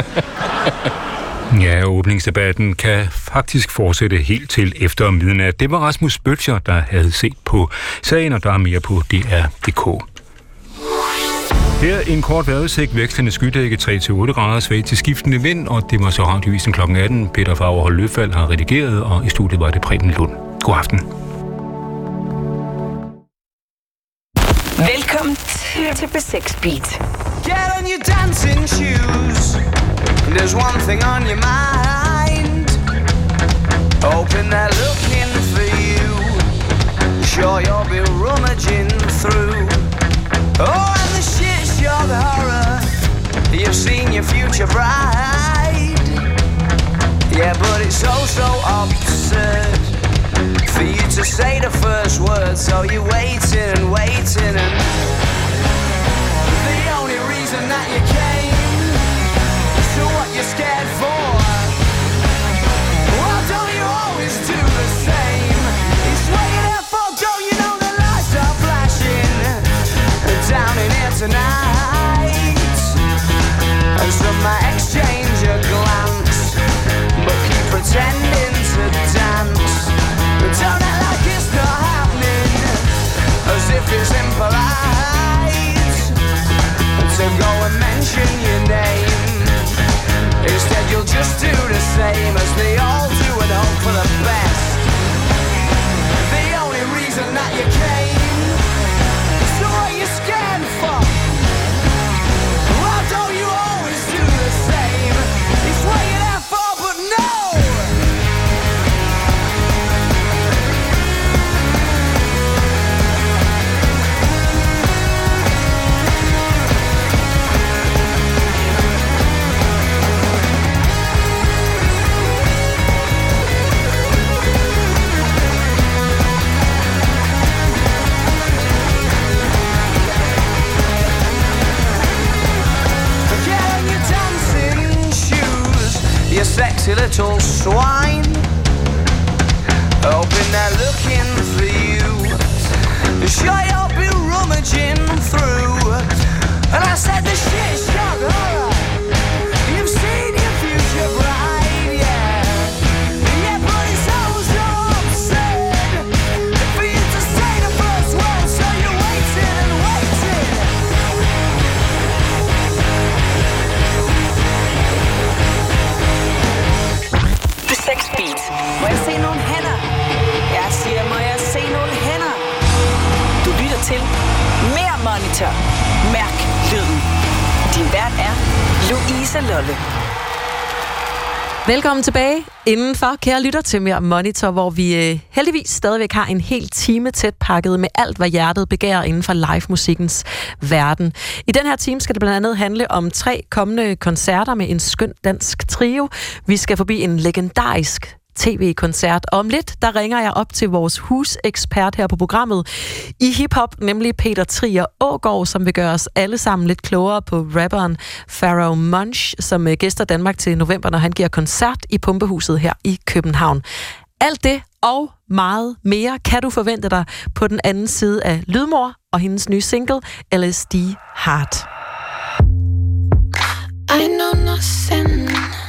Ja, åbningsdebatten kan faktisk fortsætte helt til efter midnat. Det var Rasmus Bøtcher, der havde set på sagen, og der er mere på DR.dk. Her en kort vejrudsigt, vækstende skydække 3-8 grader, svag til skiftende vind, og det var så Radioavisen kl. 18. Peter Fagerholt Løfald har redigeret, og i studiet var det Preben Lund. God aften. Velkommen til B6 Beat. Get on your dancing shoes. There's one thing on your mind. Hoping they're looking for you. Sure you'll be rummaging through. Oh, and the shit show, the horror. You've seen your future bride. Yeah, but it's so absurd for you to say the first word. So you're waiting and waiting, and the only reason that you came, so what you're scared for? Well, don't you always do the same? It's what you're there for, don't you know the lights are flashing down in here tonight? And some might exchange a glance, but keep pretending to dance. But don't act like it's not happening, as if it's impolite to go and mention your name. Instead you'll just do the same as they all do and hope for the best. The only reason that you came, so what you scared for? Well, don't you always do the same? It's what you're there for, but no! You sexy little swine, hoping they're looking for you. Sure you'll be rummaging through. And I said the shit shock horror. You've seen your future bride, yeah. Yeah, but it's so absurd for you to say the first word, so you're waiting and waiting. Sex Beat. Må jeg se nogle hænder? Jeg siger, må jeg se nogle hænder? Du lytter til Mere Monitor. Mærk lyden. Din vært er Louise Lolle. Velkommen tilbage indenfor, kære lytter, til Mere Monitor, hvor vi heldigvis stadigvæk har en hel time tæt pakket med alt, hvad hjertet begærer inden for live-musikkens verden. I den her time skal det blandt andet handle om 3 kommende koncerter med en skøn dansk trio. Vi skal forbi en legendarisk tv-koncert. Og om lidt, der ringer jeg op til vores husekspert her på programmet i hiphop, nemlig Peter Trier Aagaard, som vil gøre os alle sammen lidt klogere på rapperen Pharoahe Monch, som gæster Danmark til november, når han giver koncert i Pumpehuset her i København. Alt det og meget mere kan du forvente dig på den anden side af Lydmor og hendes nye single, LSD Heart. I know nothing.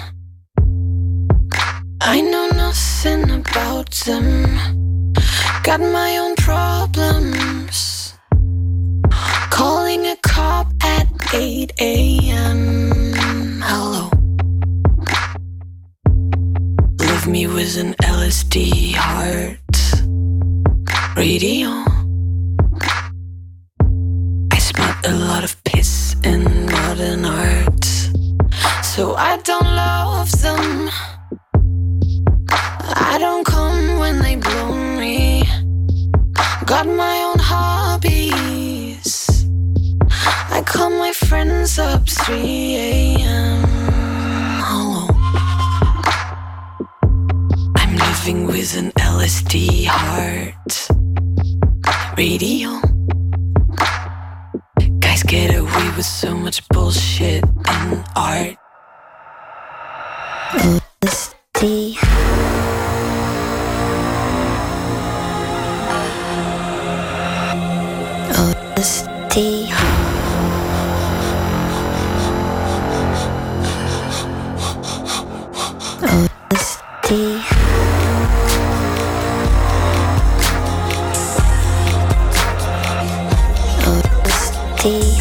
I know nothing about them. Got my own problems. Calling a cop at 8 a.m. Hello. Leave me with an LSD heart. Radio. I spot a lot of piss in modern art, so I don't love them. I don't come when they blow me. Got my own hobbies. I call my friends up 3 a.m. Hello. I'm living with an LSD heart. Radio. Guys get away with so much bullshit in art. LSD. LSD. LSD. LSD.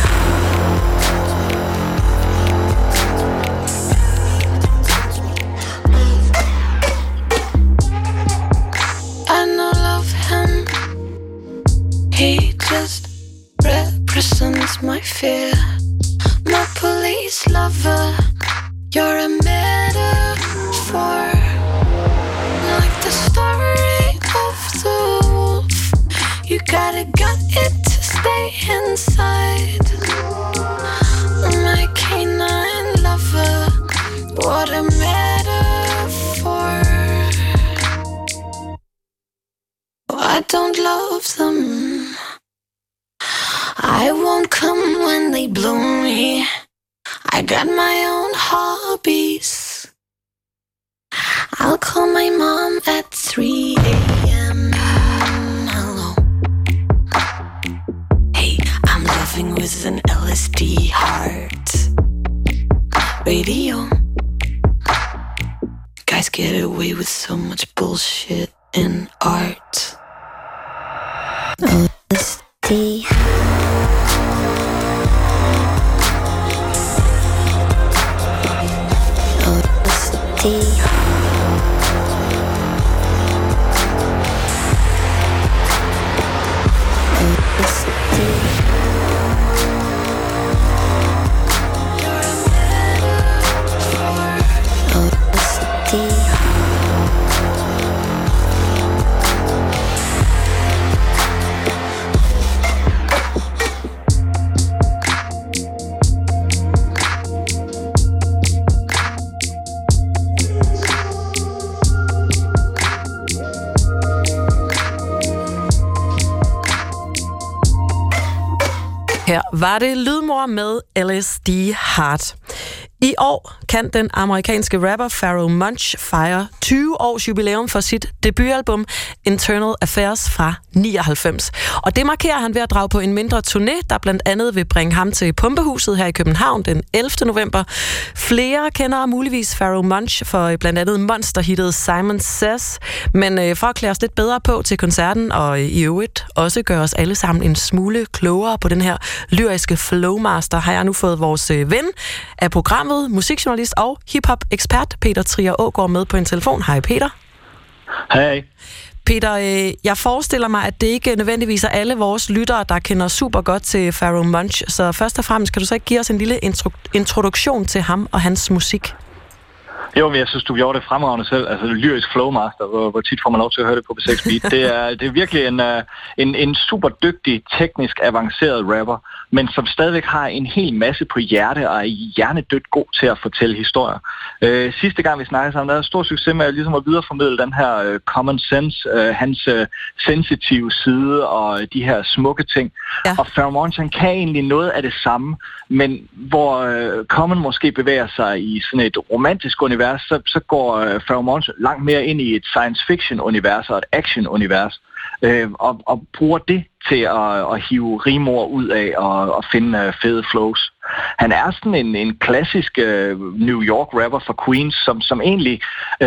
I know love him. He just represents my fear. My police lover, you're a metaphor. Like the story of the wolf, you gotta gut it to stay inside. My canine lover, what a metaphor. don't love them. I won't come when they blow me. I got my own hobbies. I'll call my mom at 3 a.m. Hello. Hey, I'm loving with an LSD heart. Radio. Guys get away with so much bullshit in art. LSD. LSD. Her var det Lydmor med LSD Heart. I år kan den amerikanske rapper Pharoahe Monch fejre 20 års jubilæum for sit debutalbum Internal Affairs fra 99. Og det markerer han ved at drage på en mindre turné, der blandt andet vil bringe ham til Pumpehuset her i København den 11. november. Flere kender muligvis Pharoahe Monch for blandt andet monsterhittet Simon Says, men for at klæde os lidt bedre på til koncerten, og i øvrigt også gøre os alle sammen en smule klogere på den her lyriske flowmaster, har jeg nu fået vores ven af programmet, musikjournalist og hip-hop-ekspert Peter Trier Aagaard med på en telefon. Hej Peter. Hej. Peter, jeg forestiller mig, at det ikke nødvendigvis er alle vores lyttere, der kender super godt til Pharoahe Monch, så først og fremmest kan du så ikke give os en lille introduktion til ham og hans musik? Jo, men jeg synes, du gjorde det fremragende selv. Altså, lyrisk flowmaster, hvor tit får man lov til at høre det på B6 Beat. Det er virkelig en super dygtig, teknisk avanceret rapper, men som stadigvæk har en hel masse på hjerte og er hjernedødt god til at fortælle historier. Sidste gang vi snakkede sammen, der havde stor succes med ligesom at videreformidle den her common sense, hans sensitive side og de her smukke ting. Ja. Og Pharoahe Monch kan egentlig noget af det samme, men hvor Common måske bevæger sig i sådan et romantisk univers, så går Pharoahe Monch langt mere ind i et science fiction univers og et action univers, og bruger det til at hive rimord ud af og finde fede flows. Han er sådan en klassisk New York rapper fra Queens, som egentlig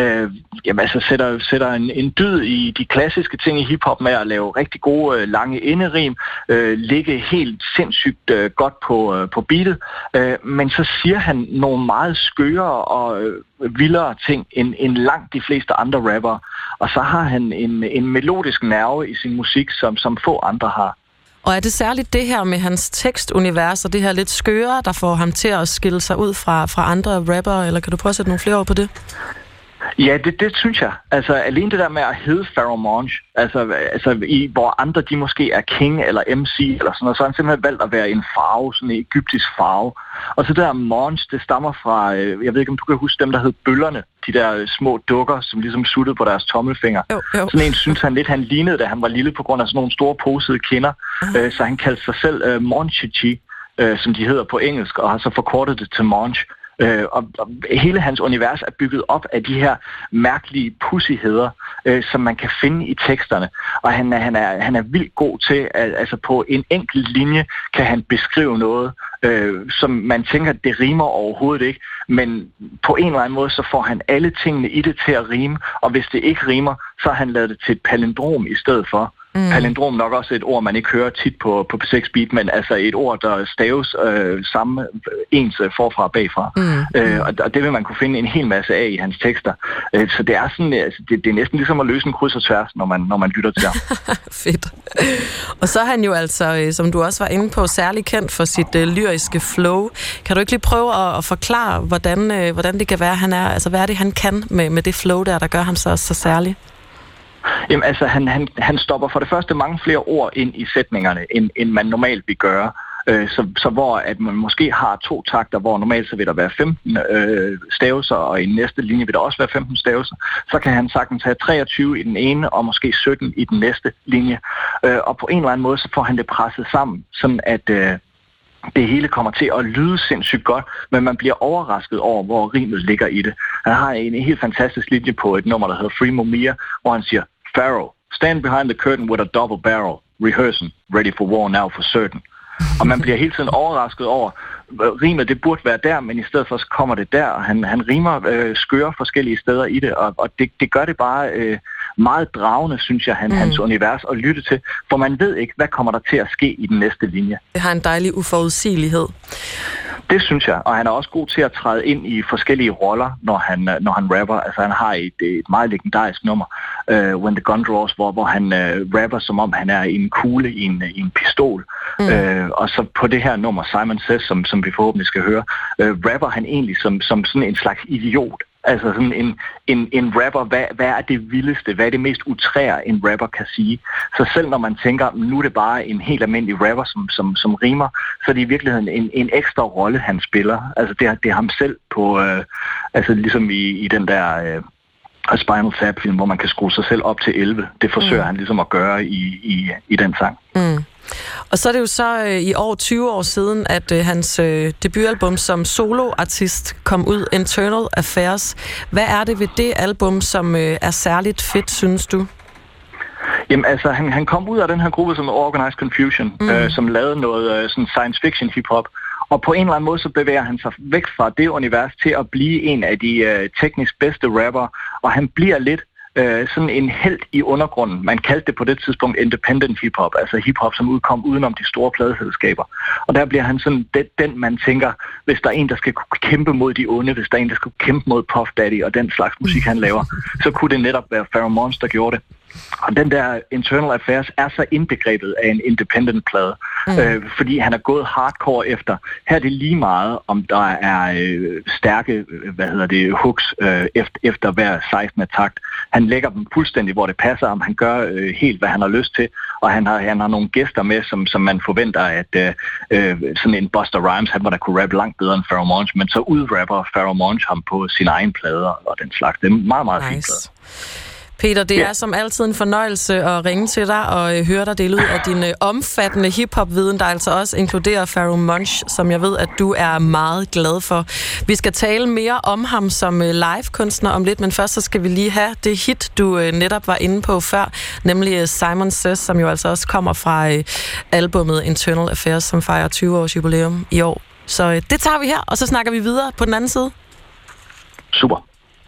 sætter en dyd i de klassiske ting i hiphop med at lave rigtig gode lange enderim, ligge helt sindssygt godt på beatet, men så siger han nogle meget skøre og vildere ting end langt de fleste andre rapper, og så har han en melodisk nerve i sin musik, som få andre har. Og er det særligt det her med hans tekstunivers og det her lidt skøre, der får ham til at skille sig ud fra andre rappere, eller kan du prøve at sætte nogle flere ord på det? Ja, det synes jeg. Altså, alene det der med at hedde Pharoahe Monch, hvor andre de måske er king eller MC eller sådan noget, så har han simpelthen valgt at være en farve, sådan en egyptisk farve. Og så der Monch, det stammer fra, jeg ved ikke om du kan huske dem, der hed bøllerne, de der små dukker, som ligesom suttede på deres tommelfinger. Jo. Sådan en synes han lidt, han lignede, da han var lille på grund af sådan nogle store posede kinder, så han kaldte sig selv Monchichi, som de hedder på engelsk, og har så forkortet det til Monch. Og hele hans univers er bygget op af de her mærkelige pussigheder, som man kan finde i teksterne. Og han er vildt god til, altså på en enkelt linje kan han beskrive noget, som man tænker, det rimer overhovedet ikke. Men på en eller anden måde, så får han alle tingene i det til at rime, og hvis det ikke rimer, så har han lavet det til et palindrom i stedet for. Palindrom nok også et ord, man ikke hører tit på B6 Beat, men altså et ord, der staves samme ens forfra og bagfra. Og det vil man kunne finde en hel masse af i hans tekster. Så det er sådan, altså, det er næsten ligesom at løse en kryds og tværs, når man lytter til ham. Fedt. Og så er han jo altså, som du også var inde på, særlig kendt for sit lyriske flow. Kan du ikke lige prøve at forklare, hvordan det kan være, han er, altså hvad er det, han kan med det flow der gør ham så særlig? Jamen altså, han stopper for det første mange flere ord ind i sætningerne, end man normalt vil gøre. Så hvor at man måske har 2 takter, hvor normalt så vil der være 15 stavelser, og i næste linje vil der også være 15 stavelser, så kan han sagtens have 23 i den ene, og måske 17 i den næste linje. Og på en eller anden måde, så får han det presset sammen, sådan at det hele kommer til at lyde sindssygt godt, men man bliver overrasket over, hvor rimet ligger i det. Han har en helt fantastisk linje på et nummer, der hedder Free Mumia, hvor han siger, Pharaoh, stand behind the curtain with a double barrel, rehearsing, ready for war now for certain. Og man bliver hele tiden overrasket over, rimet det burde være der, men i stedet for så kommer det der, og han rimer skøre forskellige steder i det, og det gør det bare meget dragende, synes jeg, hans univers at lytte til, for man ved ikke, hvad kommer der til at ske i den næste linje. Det har en dejlig uforudsigelighed. Det synes jeg, og han er også god til at træde ind i forskellige roller, når han rapper. Altså han har et meget legendarisk nummer, When the Gun Draws, hvor han rapper, som om han er i en kugle i en pistol. Og så på det her nummer, Simon Says, som vi forhåbentlig skal høre, rapper han egentlig som sådan en slags idiot. Altså sådan en rapper, hvad er det vildeste, hvad er det mest utrære, en rapper kan sige. Så selv når man tænker, nu er det bare en helt almindelig rapper, som rimer, så er det i virkeligheden en ekstra rolle, han spiller. Altså det er ham selv på, altså ligesom i den der Spinal Tap-film, hvor man kan skrue sig selv op til 11. Det forsøger han ligesom at gøre i den sang. Og så er det jo så i år 20 år siden, at hans debutalbum som soloartist kom ud, Internal Affairs. Hvad er det ved det album, som er særligt fedt, synes du? Jamen altså, han kom ud af den her gruppe som Organized Confusion, som lavede noget sådan science fiction hip-hop. Og på en eller anden måde, så bevæger han sig væk fra det univers til at blive en af de teknisk bedste rapper. Og han bliver lidt sådan en helt i undergrunden. Man kaldte det på det tidspunkt independent hip-hop, altså hip-hop, som udkom udenom de store pladeselskaber. Og der bliver han sådan den man tænker, hvis der er en, der skal kunne kæmpe mod de onde, hvis der er en, der skal kæmpe mod Puff Daddy og den slags musik, han laver, så kunne det netop være Pharoahe Monch, der gjorde det. Og den der Internal Affairs er så indbegrebet af en independent-plade, fordi han er gået hardcore efter. Her er det lige meget, om der er stærke, hooks efter hver 16. takt. Han lægger dem fuldstændig, hvor det passer ham. Han gør helt, hvad han har lyst til, og han har nogle gæster med, som man forventer, at sådan en Busta Rhymes, han var der kunne rappe langt bedre end Pharoahe Monch, men så udrapper Pharoahe Monch ham på sine egne plader og den slags. Det er meget, meget fint plade. Peter, det er som altid en fornøjelse at ringe til dig og høre dig dele ud af din omfattende hiphop-viden, der altså også inkluderer Pharoahe Monch, som jeg ved, at du er meget glad for. Vi skal tale mere om ham som live-kunstner om lidt, men først så skal vi lige have det hit, du netop var inde på før, nemlig Simon Says, som jo altså også kommer fra albumet Internal Affairs, som fejrer 20 års jubilæum i år. Så det tager vi her, og så snakker vi videre på den anden side. Super.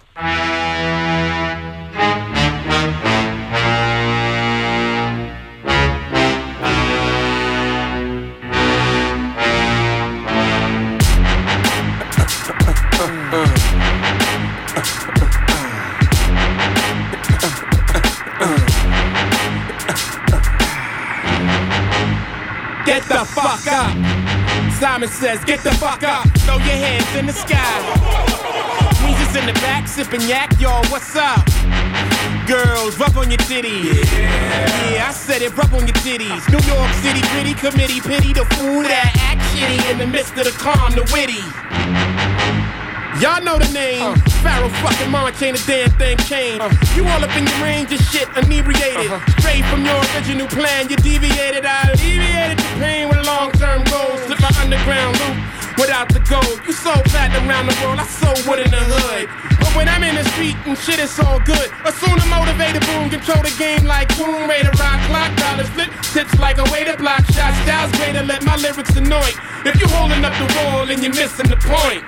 Get the fuck up. Simon Says, get the fuck up. Throw your hands in the sky. Weezer's in the back, sipping yak, y'all, what's up? Girls, rub on your titties. Yeah, I said it, rub on your titties. New York City, gritty committee, pity the fool that act shitty in the midst of the calm, the witty. Y'all know the name. Pharoahe fucking Monch, ain't a damn thing changed. You all up in your range of shit, inebriated. Straight from your original plan, you deviated. I alleviated the pain with long-term goals. Slip my underground loop without the gold. You sold platinum around the world, I sold wood in the hood. But when I'm in the street and shit, it's all good. Assume the motivated boom, control the game like boom. Raider rock, clock, dollars flip, tips like a way to block shots. Styles greater, let my lyrics annoy. If you holding up the wall and you're missing the point.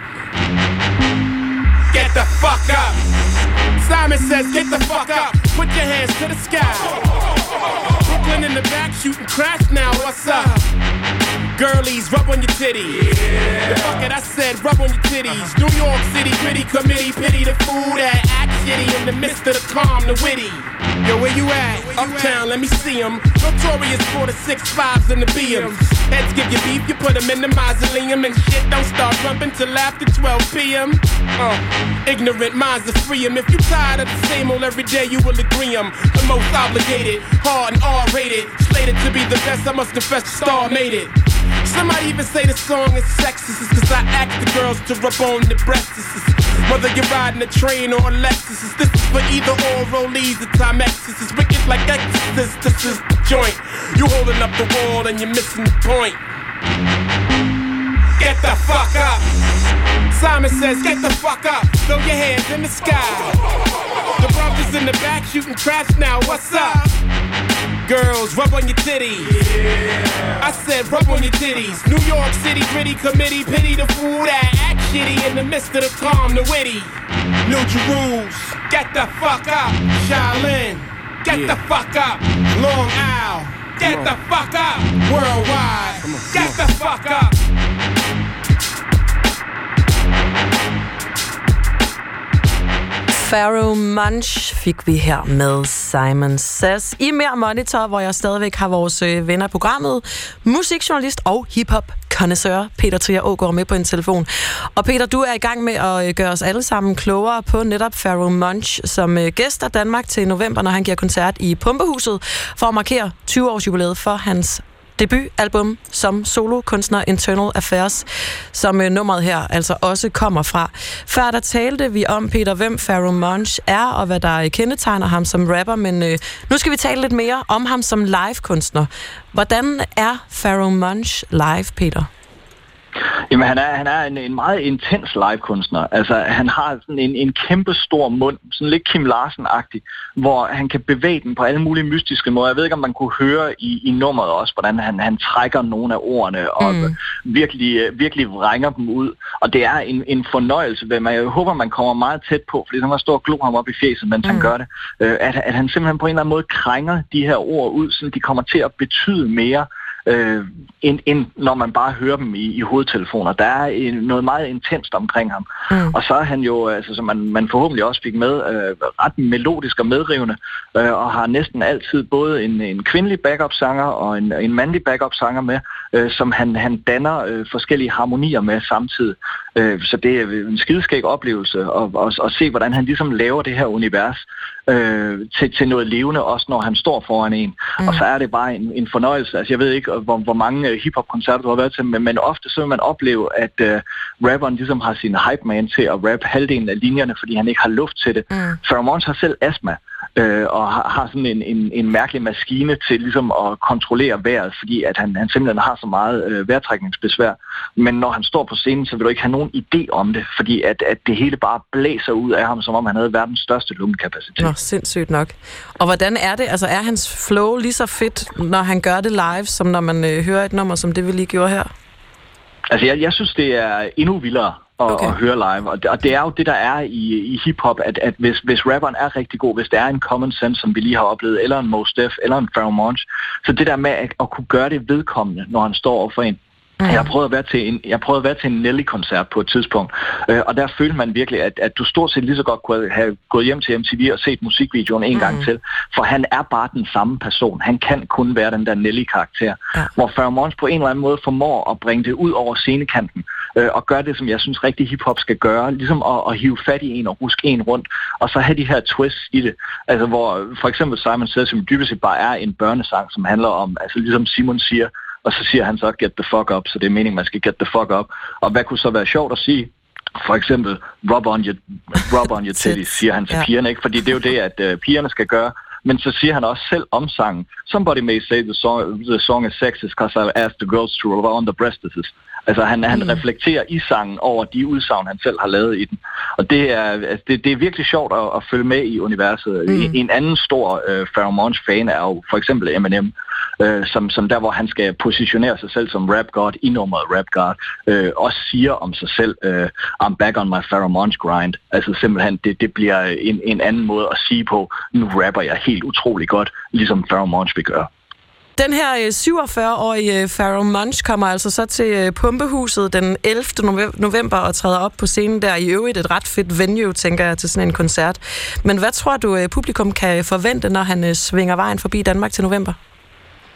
Get the fuck up. Simon Says, get the fuck up. Put your hands to the sky. Brooklyn in the back shooting crash now, what's up? Girlies, rub on your titties. The fuck it, I said, rub on your titties. New York City, gritty committee, pity the fool that act shitty in the midst of the calm, the witty. Yo, where you at? Uptown, let me see 'em. Notorious for the 6'5s and the BMs. Heads give you beef, you put 'em in the mausoleum. And shit don't start bumping till after 12 p.m. Ignorant minds are free 'em. If you tired of the same old every day, you will agree 'em. The most obligated, hard and R-rated. Slated to be the best, I must confess the star made it. Somebody even say the song is sexist, it's cause I ask the girls to rub on the breasts. Whether you're riding a train or a Lexus, this is for either or Rollies or Timexes. It's wicked like Exorcist, this is the joint. You holding up the wall and you're missing the point. Get the fuck up. Simon says, get the fuck up. Throw your hands in the sky. The brothers in the back shooting trash now, what's up? Girls, rub on your titties. Yeah. I said rub on your titties. New York City gritty committee, pity the fool that act shitty in the midst of the calm, the witty. New Jerusalem, get the fuck up. Shaolin, get the fuck up. Long Isle, get the fuck up. Worldwide, get the fuck up. Pharoahe Monch fik vi her med Simon Says i Mere Monitor, hvor jeg stadigvæk har vores venner af programmet, musikjournalist og hiphop-connoisseur Peter Trier Aagaard med på en telefon. Og Peter, du er i gang med at gøre os alle sammen klogere på netop Pharoahe Monch, som gæster Danmark til november, når han giver koncert i Pumpehuset for at markere 20-års jubilæet for hans debutalbum som solokunstner Internal Affairs, som nummeret her altså også kommer fra. Før der talte vi om, Peter, hvem Pharoahe Monch er, og hvad der kendetegner ham som rapper, men nu skal vi tale lidt mere om ham som live-kunstner. Hvordan er Pharoahe Monch live, Peter? Jamen, han er en meget intens live-kunstner. Altså, han har sådan en kæmpe stor mund, sådan lidt Kim Larsen-agtig, hvor han kan bevæge den på alle mulige mystiske måder. Jeg ved ikke, om man kunne høre i nummeret også, hvordan han trækker nogle af ordene og virkelig vrænger dem ud. Og det er en fornøjelse. Jeg håber, man kommer meget tæt på, fordi man står og glor ham op i fjeset, mens han gør det. At han simpelthen på en eller anden måde krænger de her ord ud, så de kommer til at betyde mere, end når man bare hører dem i hovedtelefoner. Der er noget meget intenst omkring ham. Og så er han jo, altså, som man forhåbentlig også fik med, ret melodisk og medrivende, og har næsten altid både en kvindelig backup-sanger og en mandlig backup-sanger med, som han danner forskellige harmonier med samtidig. Så det er en skideskæg oplevelse at se, hvordan han ligesom laver det her univers til noget levende, også når han står foran en. Og så er det bare en fornøjelse. Altså, jeg ved ikke, hvor mange hiphop-koncerter du har været til, men ofte så vil man opleve, at rapperen ligesom har sin hype man til at rappe halvdelen af linjerne, fordi han ikke har luft til det. Pharoahe Monch har selv astma, og har sådan en mærkelig maskine til ligesom at kontrollere vejret, fordi at han simpelthen har så meget vejrtrækningsbesvær. Men når han står på scenen, så vil du ikke have nogen idé om det, fordi at det hele bare blæser ud af ham, som om han havde verdens største lungekapacitet. Nå, sindssygt nok. Og hvordan er det? Altså, er hans flow lige så fedt, når han gør det live, som når man hører et nummer, som det vi lige gjorde her? Altså, jeg synes, det er endnu vildere at høre live. Og det er jo det, der er i hiphop, at hvis rapperen er rigtig god, hvis det er en Common Sense, som vi lige har oplevet, eller en Mos Def, eller en Pharoahe Monch, så det der med at kunne gøre det vedkommende, når han står overfor en. Jeg prøvede at være til en Nelly-koncert på et tidspunkt, og der følte man virkelig, at du stort set lige så godt kunne have gået hjem til MTV og set musikvideoen en gang til, for han er bare den samme person. Han kan kun være den der Nelly-karakter, hvor Pharoahe Monch på en eller anden måde formår at bringe det ud over scenekanten, og gøre det, som jeg synes rigtig hiphop skal gøre, ligesom at hive fat i en og ruske en rundt, og så have de her twists i det. Altså hvor for eksempel Simon Says, som dybest set bare er en børnesang, som handler om, altså ligesom Simon siger, og så siger han så, get the fuck up, så det er meningen, man skal get the fuck up. Og hvad kunne så være sjovt at sige? For eksempel, rub on your titties, siger han til pigerne, ikke? Fordi det er jo det, at pigerne skal gøre. Men så siger han også selv om sangen, somebody may say the song is sexist, because I asked the girls to rub on the breasts. Altså han reflekterer i sangen over de udsagn, han selv har lavet i den. Og det er virkelig sjovt at følge med i universet. En anden stor Pharoahe Monch-fan er jo for eksempel Eminem, som der, hvor han skal positionere sig selv som rap god i nummeret Rap God, også siger om sig selv, I'm back on my Pharoahe Monch grind. Altså simpelthen, det bliver en anden måde at sige på, nu rapper jeg helt utrolig godt, ligesom Pharoahe Monch vil gøre. Den her 47-årige Pharoahe Monch kommer altså så til Pumpehuset den 11. november og træder op på scenen der. I øvrigt et ret fedt venue, tænker jeg, til sådan en koncert. Men hvad tror du, publikum kan forvente, når han svinger vejen forbi Danmark til november?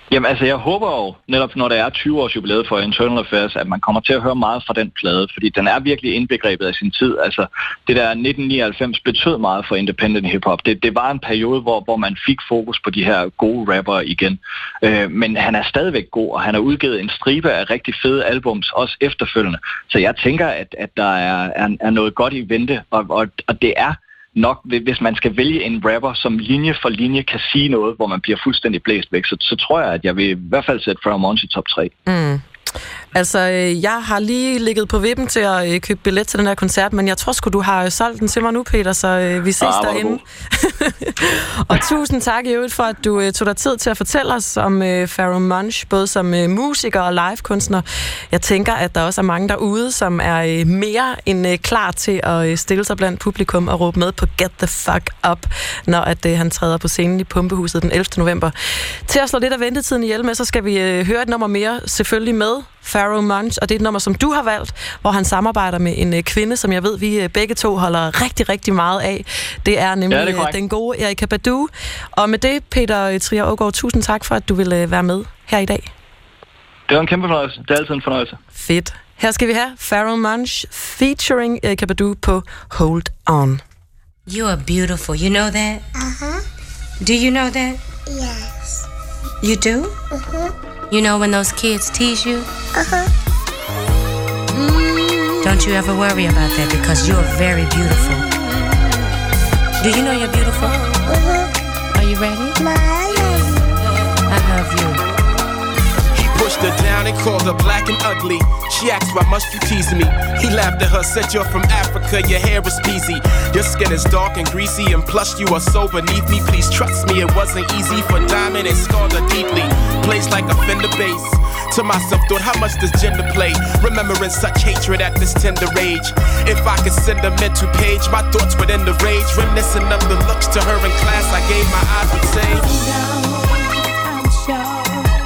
Jamen altså, jeg håber jo, netop når det er 20 års jubilæet for Internal Affairs, at man kommer til at høre meget fra den plade, fordi den er virkelig indbegrebet af sin tid. Altså, det der 1999 betød meget for independent hip-hop. Det var en periode, hvor man fik fokus på de her gode rappere igen. Men han er stadigvæk god, og han har udgivet en stribe af rigtig fede albums, også efterfølgende. Så jeg tænker, at der er noget godt i vente, og det er nok, hvis man skal vælge en rapper, som linje for linje kan sige noget, hvor man bliver fuldstændig blæst væk, så tror jeg, at jeg vil i hvert fald sætte Pharoah Monch i top 3. Mm. Altså, jeg har lige ligget på vippen til at købe billet til den her koncert, men jeg tror sgu, du har solgt den til mig nu, Peter, så vi ses derinde. Og tusind tak i øvrigt for, at du tog dig tid til at fortælle os om Pharoah Monch, både som musiker og livekunstner. Jeg tænker, at der også er mange derude, som er mere end klar til at stille sig blandt publikum og råbe med på Get the Fuck Up, når at han træder på scenen i Pumpehuset den 11. november. Til at slå lidt af ventetiden ihjel med, så skal vi høre et nummer mere, selvfølgelig med Pharoah Monch, og det er et nummer, som du har valgt, hvor han samarbejder med en kvinde, som jeg ved, vi begge to holder rigtig, rigtig meget af. Det er nemlig den gode Erykah Badu. Og med det, Peter Trier Aagaard, tusind tak for, at du ville være med her i dag. Det var en kæmpe fornøjelse. Det er altid en fornøjelse. Fedt. Her skal vi have Pharoah Monch featuring Erykah Badu på Hold On. You are beautiful. You know that? Uh-huh. Do you know that? Yes. You do? Uh-huh. You know when those kids tease you? Uh-huh. Don't you ever worry about that because you're very beautiful. Do you know you're beautiful? Uh-huh. Are you ready? I love you. Pushed her down and called her black and ugly. She asked, why must you tease me? He laughed at her, said, you're from Africa, your hair is peasy. Your skin is dark and greasy, and plus you are so beneath me. Please trust me, it wasn't easy for Diamond, it scarred her deeply. Plays like a Fender bass. To myself, thought, how much does gender play? Remembering such hatred at this tender age. If I could send a mental page, my thoughts would end the rage. Reminiscent of the looks to her in class, I gave my eyes would say, I'm sure.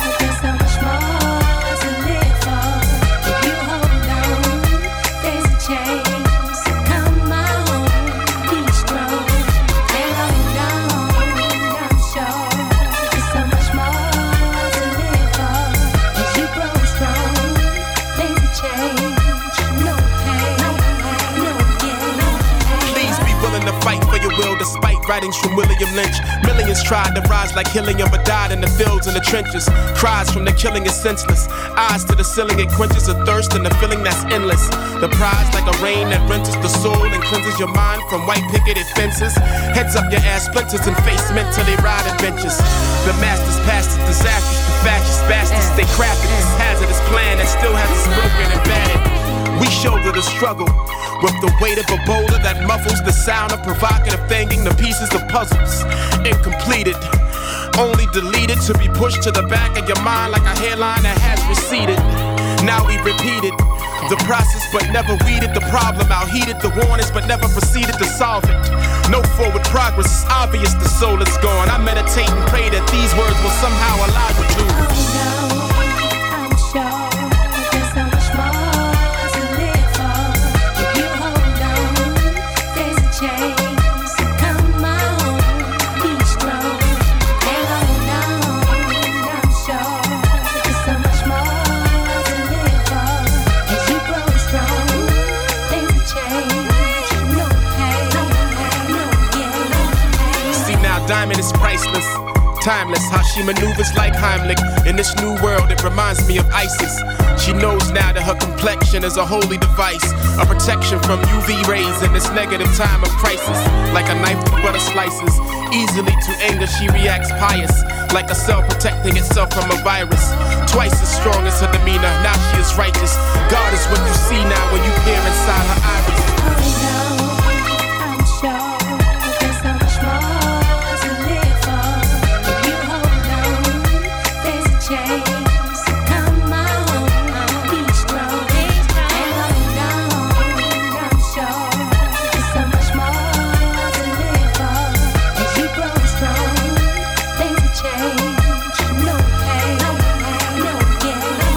Despite writings from William Lynch, millions tried to rise like helium but died in the fields and the trenches. Cries from the killing is senseless. Eyes to the ceiling, it quenches a thirst and a feeling that's endless. The prize like a rain that renters the soul and cleanses your mind from white picketed fences. Heads up your ass splinters and face mentally ride adventures. The masters past is disastrous, the fascist bastards. They crafted this hazardous plan that still has us broken and battered. We shoulder the struggle with the weight of a boulder that muffles the sound of provocative thinking. The pieces of puzzles incompleted, only deleted to be pushed to the back of your mind like a hairline that has receded. Now we repeated the process but never weeded the problem out, heeded the warnings but never proceeded to solve it. No forward progress, it's obvious the soul is gone. I meditate and pray that these words will somehow allow you to. I'm sure. Diamond is priceless, timeless. How she maneuvers like Heimlich in this new world, it reminds me of ISIS. She knows now that her complexion is a holy device, a protection from UV rays in this negative time of crisis. Like a knife through butter slices, easily to anger she reacts pious, like a cell protecting itself from a virus. Twice as strong as her demeanor, now she is righteous. God is what you see now when you peer inside her iris. I'm sure.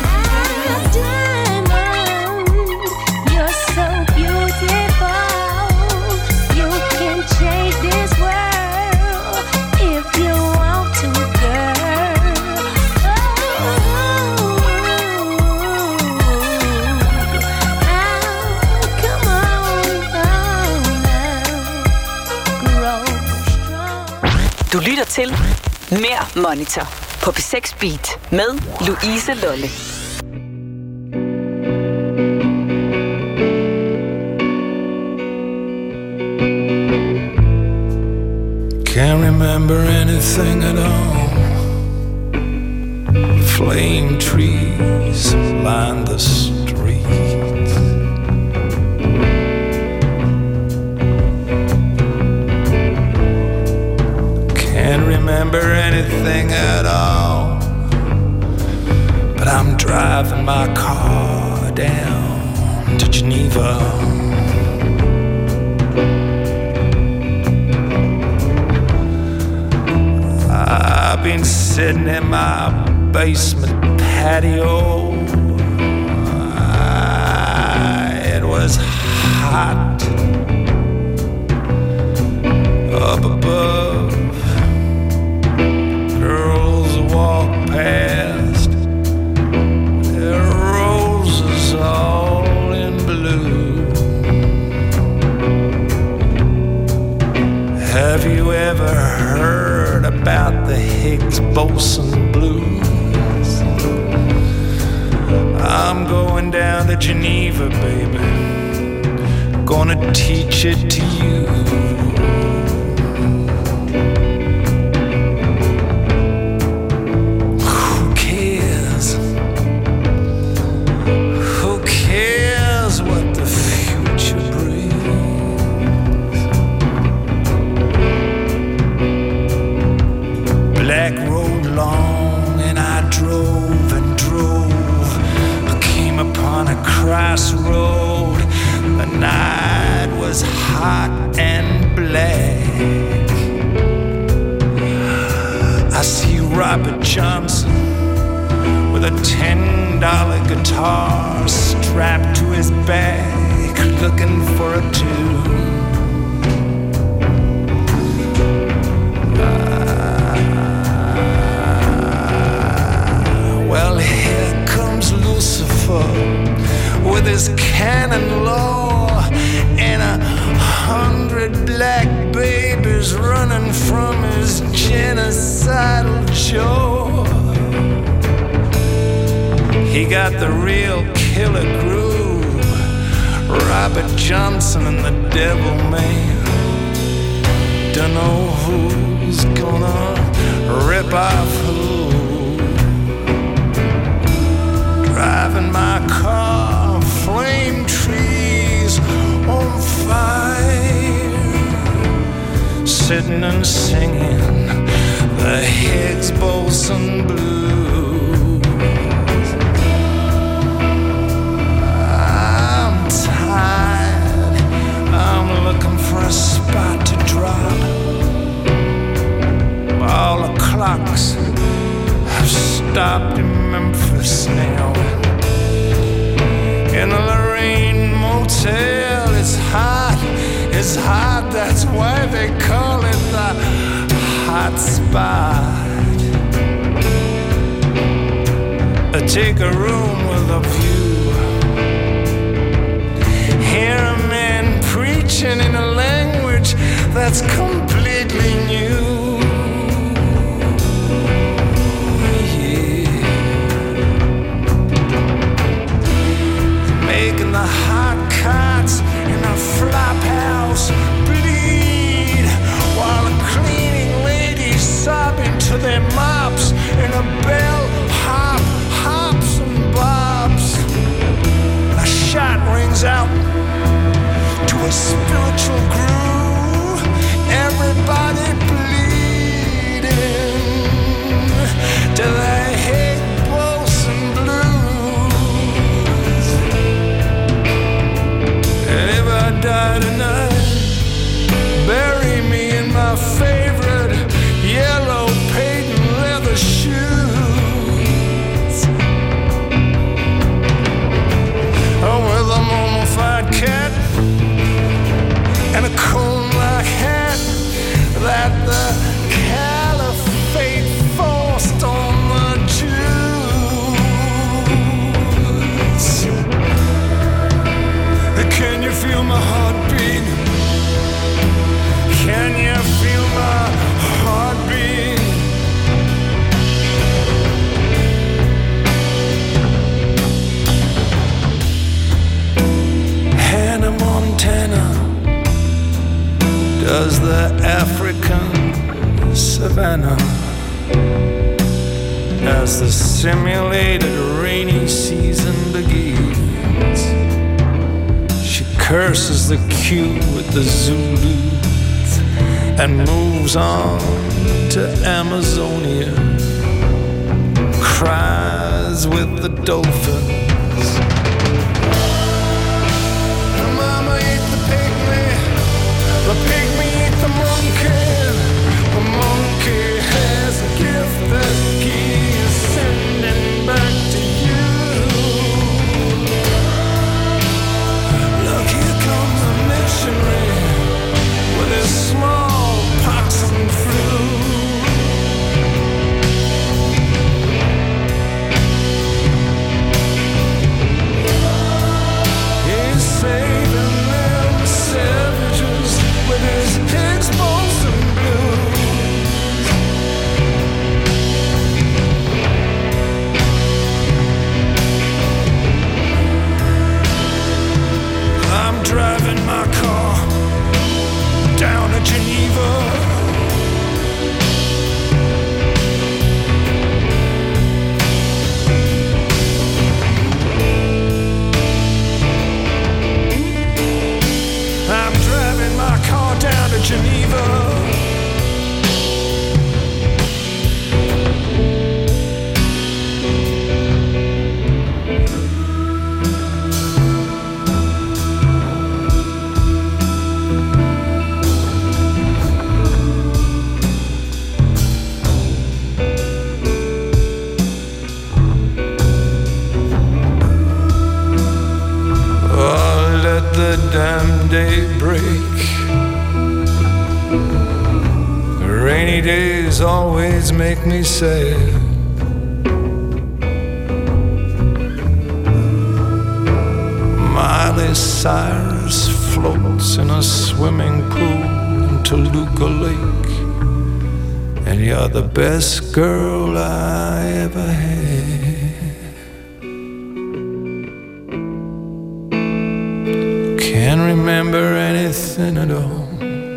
You're so beautiful. til Mere Monitor på P6 Beat med Louise Lolle. Can't remember anything at all. Flame trees line the streets. Can't remember anything at all. But I'm driving my car down to Geneva. I've been sitting in my basement patio. It was hot up above. Girls walk past, their roses all in blue. Have you ever heard about the Higgs-Boson blues? I'm going down to Geneva, baby. Gonna teach it to you. Who cares? Who cares what the future brings? Black road long and I drove and drove. I came upon a crossroad. The night was hot and black. I see Robert Johnson with a $10 guitar strapped to his back, looking for a tune. Well, here comes Lucifer with his canon law and 100 black babies running from his genocidal jaw. He got the real killer groove, Robert Johnson and the Devil Man. Don't know who's gonna rip off who. Driving my car, flame trees on fire, sitting and singing the Higgs-Boson blues. I'm tired, I'm looking for a spot to drop. All the clocks have stopped in Memphis now. In the Lorraine Motel, it's hot, that's why they call it the hot spot. Take a room with a view. Hear a man preaching in a language that's completely new. Making the hot cots in a flop house bleed, while the cleaning ladies sobbing to their mops in a bell hops and bobs. A shot rings out to a spiritual groove. Everybody bleeds. the simulated rainy season begins. She curses the cue with the Zulus and moves on to Amazonia. Cries with the dolphins. The mama ate the pygmy ate the monkey. The monkey has a gift that he is sending back to you. Look, here comes a missionary with his smallpox and flu. He's saving them savages with his Higgs boson blues. I'm driving my car down to Geneva. I'm driving my car down to Geneva. Oh, let the damn day break. Rainy days always make me sad. Miley Cyrus floats in a swimming pool in Toluca Lake, and you're the best girl I ever had. Can't remember anything at all.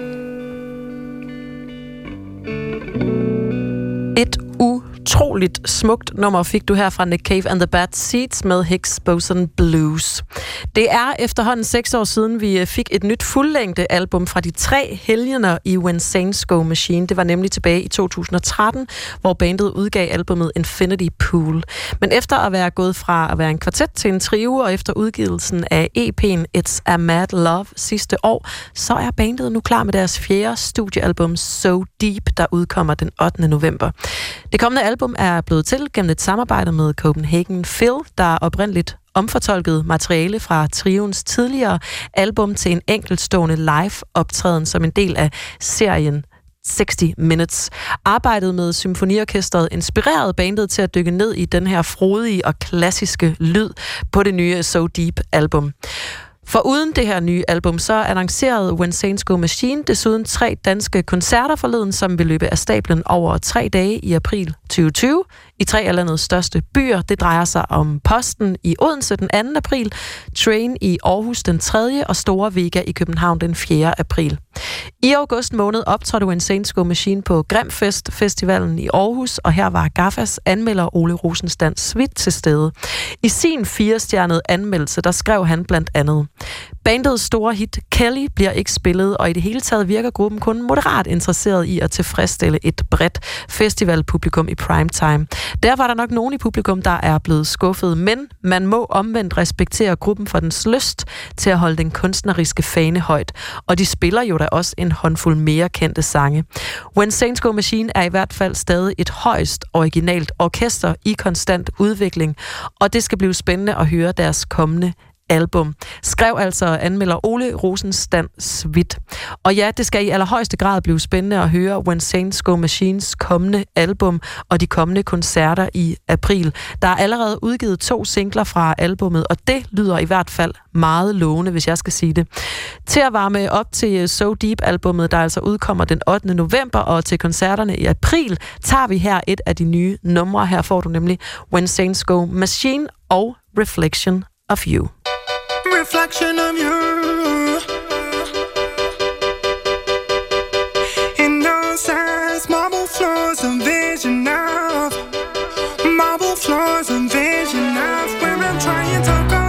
Et utroligt smukt nummer fik du her fra Nick Cave and the Bad Seeds med Higgs Boson Blues. Det er efterhånden 6 år siden, vi fik et nyt fuldlængde album fra de 3 helgener i When Saints Go Machine. Det var nemlig tilbage i 2013, hvor bandet udgav albumet Infinity Pool. Men efter at være gået fra at være en kvartet til en trio, og efter udgivelsen af EP'en It's a Mad Love sidste år, så er bandet nu klar med deres 4. studiealbum So Deep, der udkommer den 8. november. Det kommende album er blevet til gennem et samarbejde med Copenhagen Phil, der oprindeligt omfortolket materiale fra trions tidligere album til en enkeltstående live-optræden som en del af serien 60 Minutes. Arbejdet med symfoniorkestret inspirerede bandet til at dykke ned i den her frodige og klassiske lyd på det nye So Deep album. For uden det her nye album, så annoncerede When Saints Go Machine desuden 3 danske koncerter forleden, som vil løbe af stablen over 3 dage i april 2020 i 3 af landets største byer. Det drejer sig om Posten i Odense den 2. april, Train i Aarhus den 3. og Store Vega i København den 4. april. I august måned optrådte When Saints Go Machine på Grimfest Festivalen i Aarhus, og her var Gaffas anmelder Ole Rosenstand Svidt til stede. I sin 4-stjernede anmeldelse, der skrev han blandt andet: bandets store hit Kelly bliver ikke spillet, og i det hele taget virker gruppen kun moderat interesseret i at tilfredsstille et bredt festivalpublikum i primetime. Der var der nok nogen i publikum, der er blevet skuffet, men man må omvendt respektere gruppen for dens lyst til at holde den kunstneriske fane højt, og de spiller jo da også en håndfuld mere kendte sange. When Saints Go Machine er i hvert fald stadig et højst originalt orkester i konstant udvikling, og det skal blive spændende at høre deres kommende album, skrev altså anmelder Ole Rosenstand Svidt. Og ja, det skal i allerhøjeste grad blive spændende at høre When Saints Go Machines kommende album og de kommende koncerter i april. Der er allerede udgivet 2 singler fra albummet, og det lyder i hvert fald meget lovende, hvis jeg skal sige det. Til at varme op til So Deep-albummet, der altså udkommer den 8. november, og til koncerterne i april, tager vi her et af de nye numre. Her får du nemlig When Saints Go Machine og Reflection of You. Reflection of you in those eyes, marble floors, a vision of marble floors, a vision of where I'm trying to go.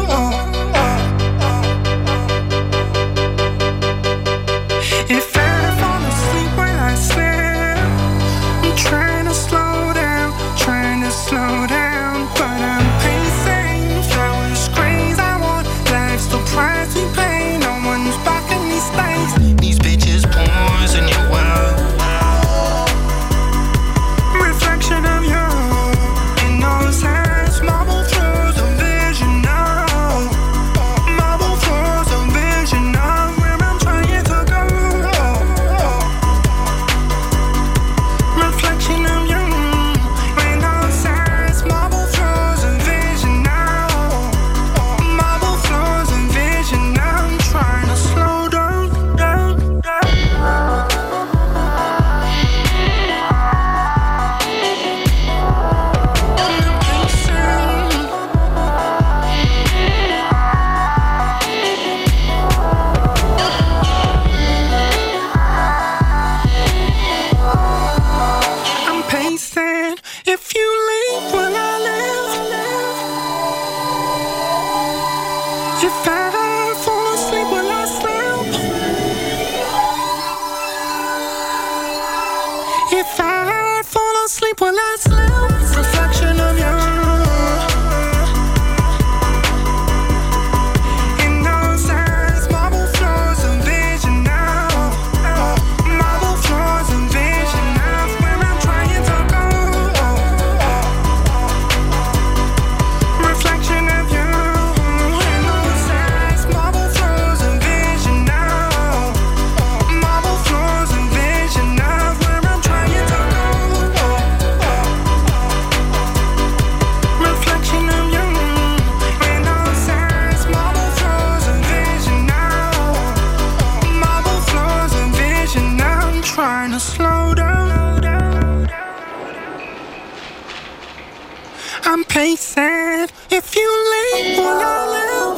If I fall asleep when I sleep, I'm trying to slow down, but I'm pacing. Flowers, grace, I want life still prides me pain. No one's backing these things. These bitches poison your world. Reflection of you in those eyes, marble floors of vision now. Marble floors of vision of where I'm trying to go. Reflection of you in those eyes, marble floors of vision now. Marble floors of vision now. I'm trying to slow down, down, down. I'm pacing. If you leave, will I live? If I fall asleep, will I sleep? If I fall asleep, will I sleep? Reflection of you in those eyes, marble floors of vision now. Marble floors of vision now. Where I'm trying to go. Reflection of you in those eyes, marble floors of vision now. Marble floors of vision now. Where I'm trying to go. Reflection of you in those eyes, marble floors of vision now. Marble floors of vision now. I'm trying to slow down. I'm pacing. If you leave, will I live?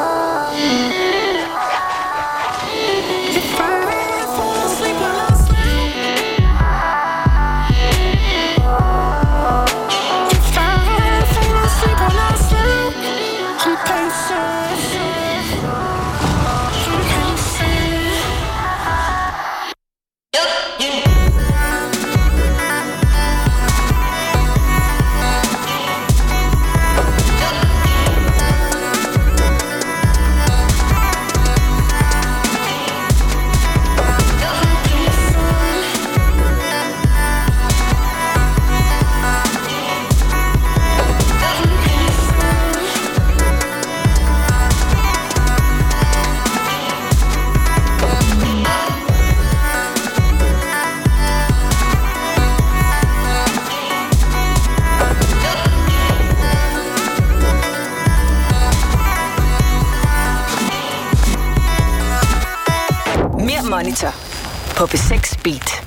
If I fall asleep, will I sleep? If I fall asleep, will I sleep? I'm pacing. I'm pacing. Mere Monitor på B6 Beat.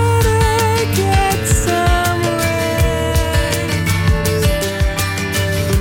Get some rain.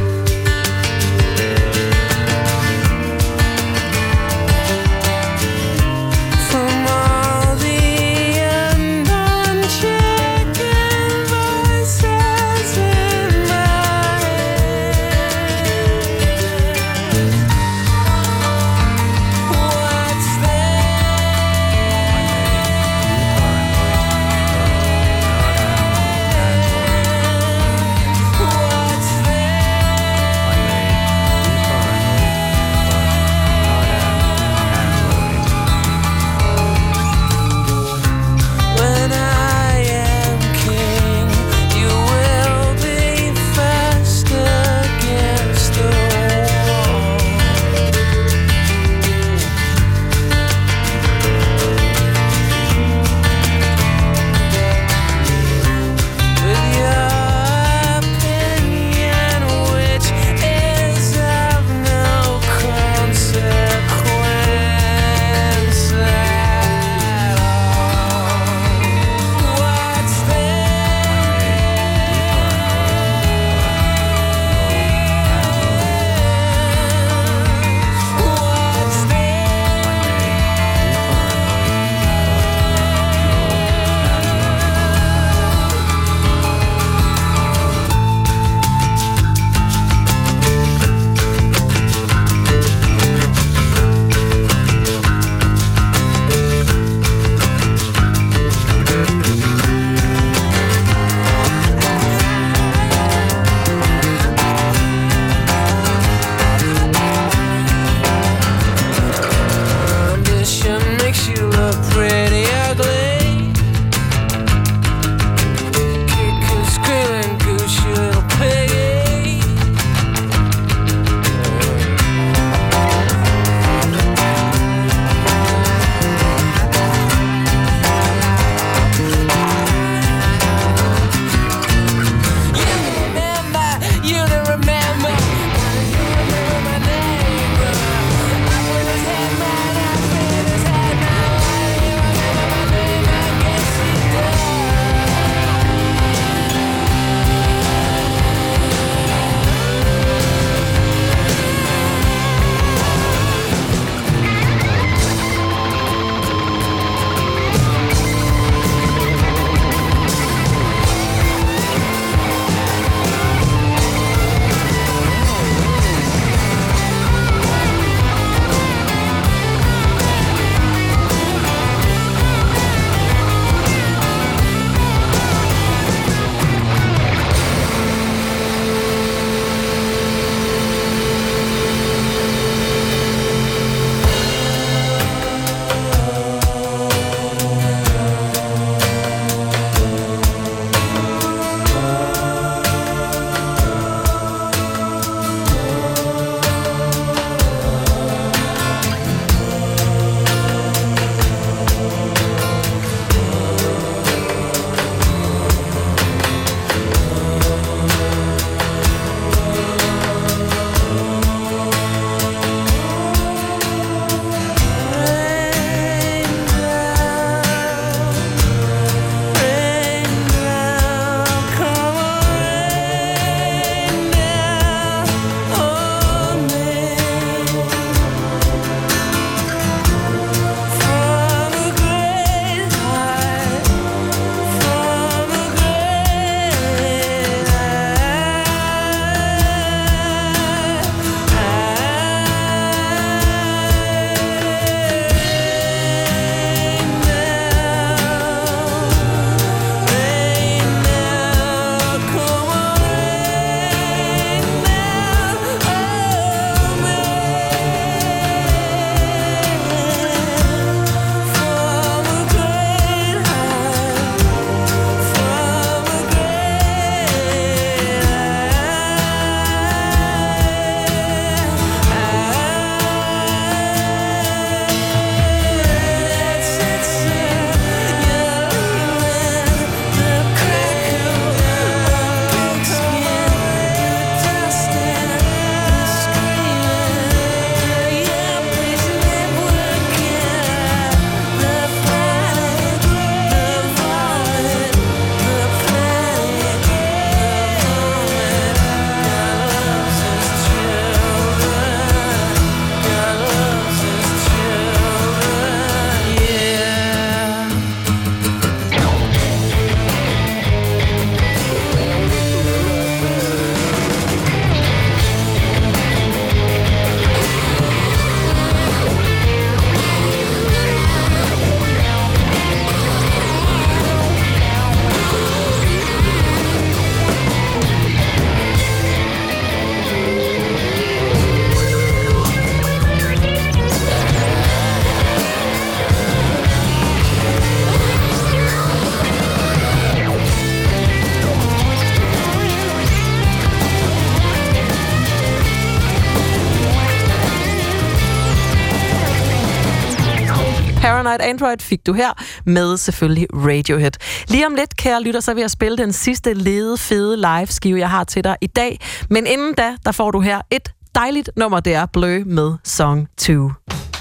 Paranoid Android fik du her med selvfølgelig Radiohead. Lige om lidt, kære lytter, så vil jeg spille den sidste fede live-skive, jeg har til dig i dag. Men inden da, der får du her et dejligt nummer, det er Bleu med Song 2.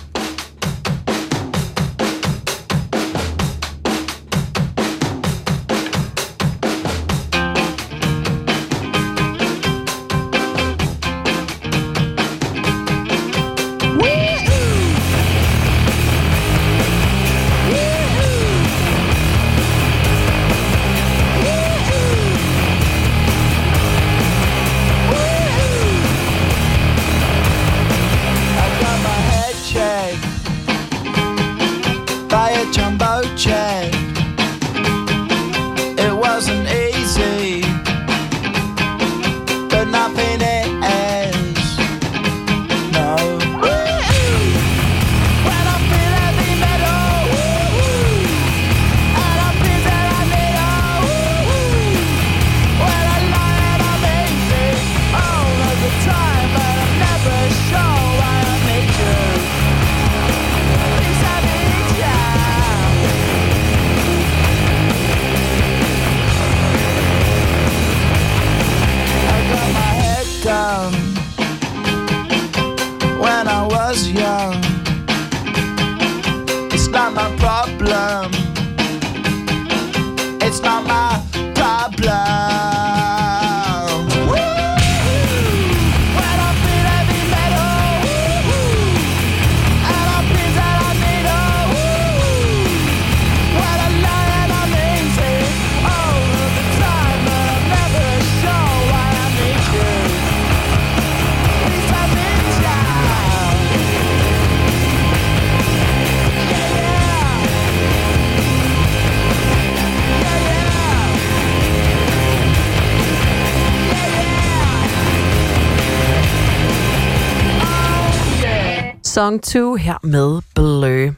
Jumbo jet. It wasn't easy, but nothing is. No. When I feel heavy metal, and I feel that I need when I lie and I'm easy all of the time, but I'm never sure why I need you. Please have me down. Down when I was young. It's not my problem. It's not my problem. When I feel heavy metal, and I feel that I need when I lie and I'm easy all of the time, but I'm never sure why I need you. Song 2 her med Bleu.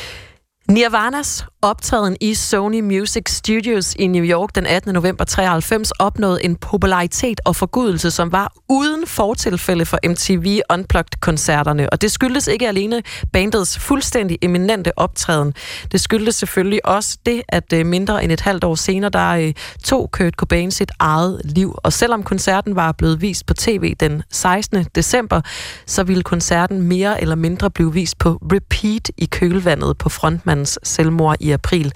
Nirvanas optræden i Sony Music Studios i New York den 18. november 93 opnåede en popularitet og forgudelse, som var uden fortilfælde for MTV Unplugged-koncerterne. Og det skyldtes ikke alene bandets fuldstændig eminente optræden. Det skyldtes selvfølgelig også det, at mindre end et halvt år senere, der tog Kurt Cobain sit eget liv. Og selvom koncerten var blevet vist på tv den 16. december, så ville koncerten mere eller mindre blive vist på repeat i kølvandet på frontmandens selvmord i april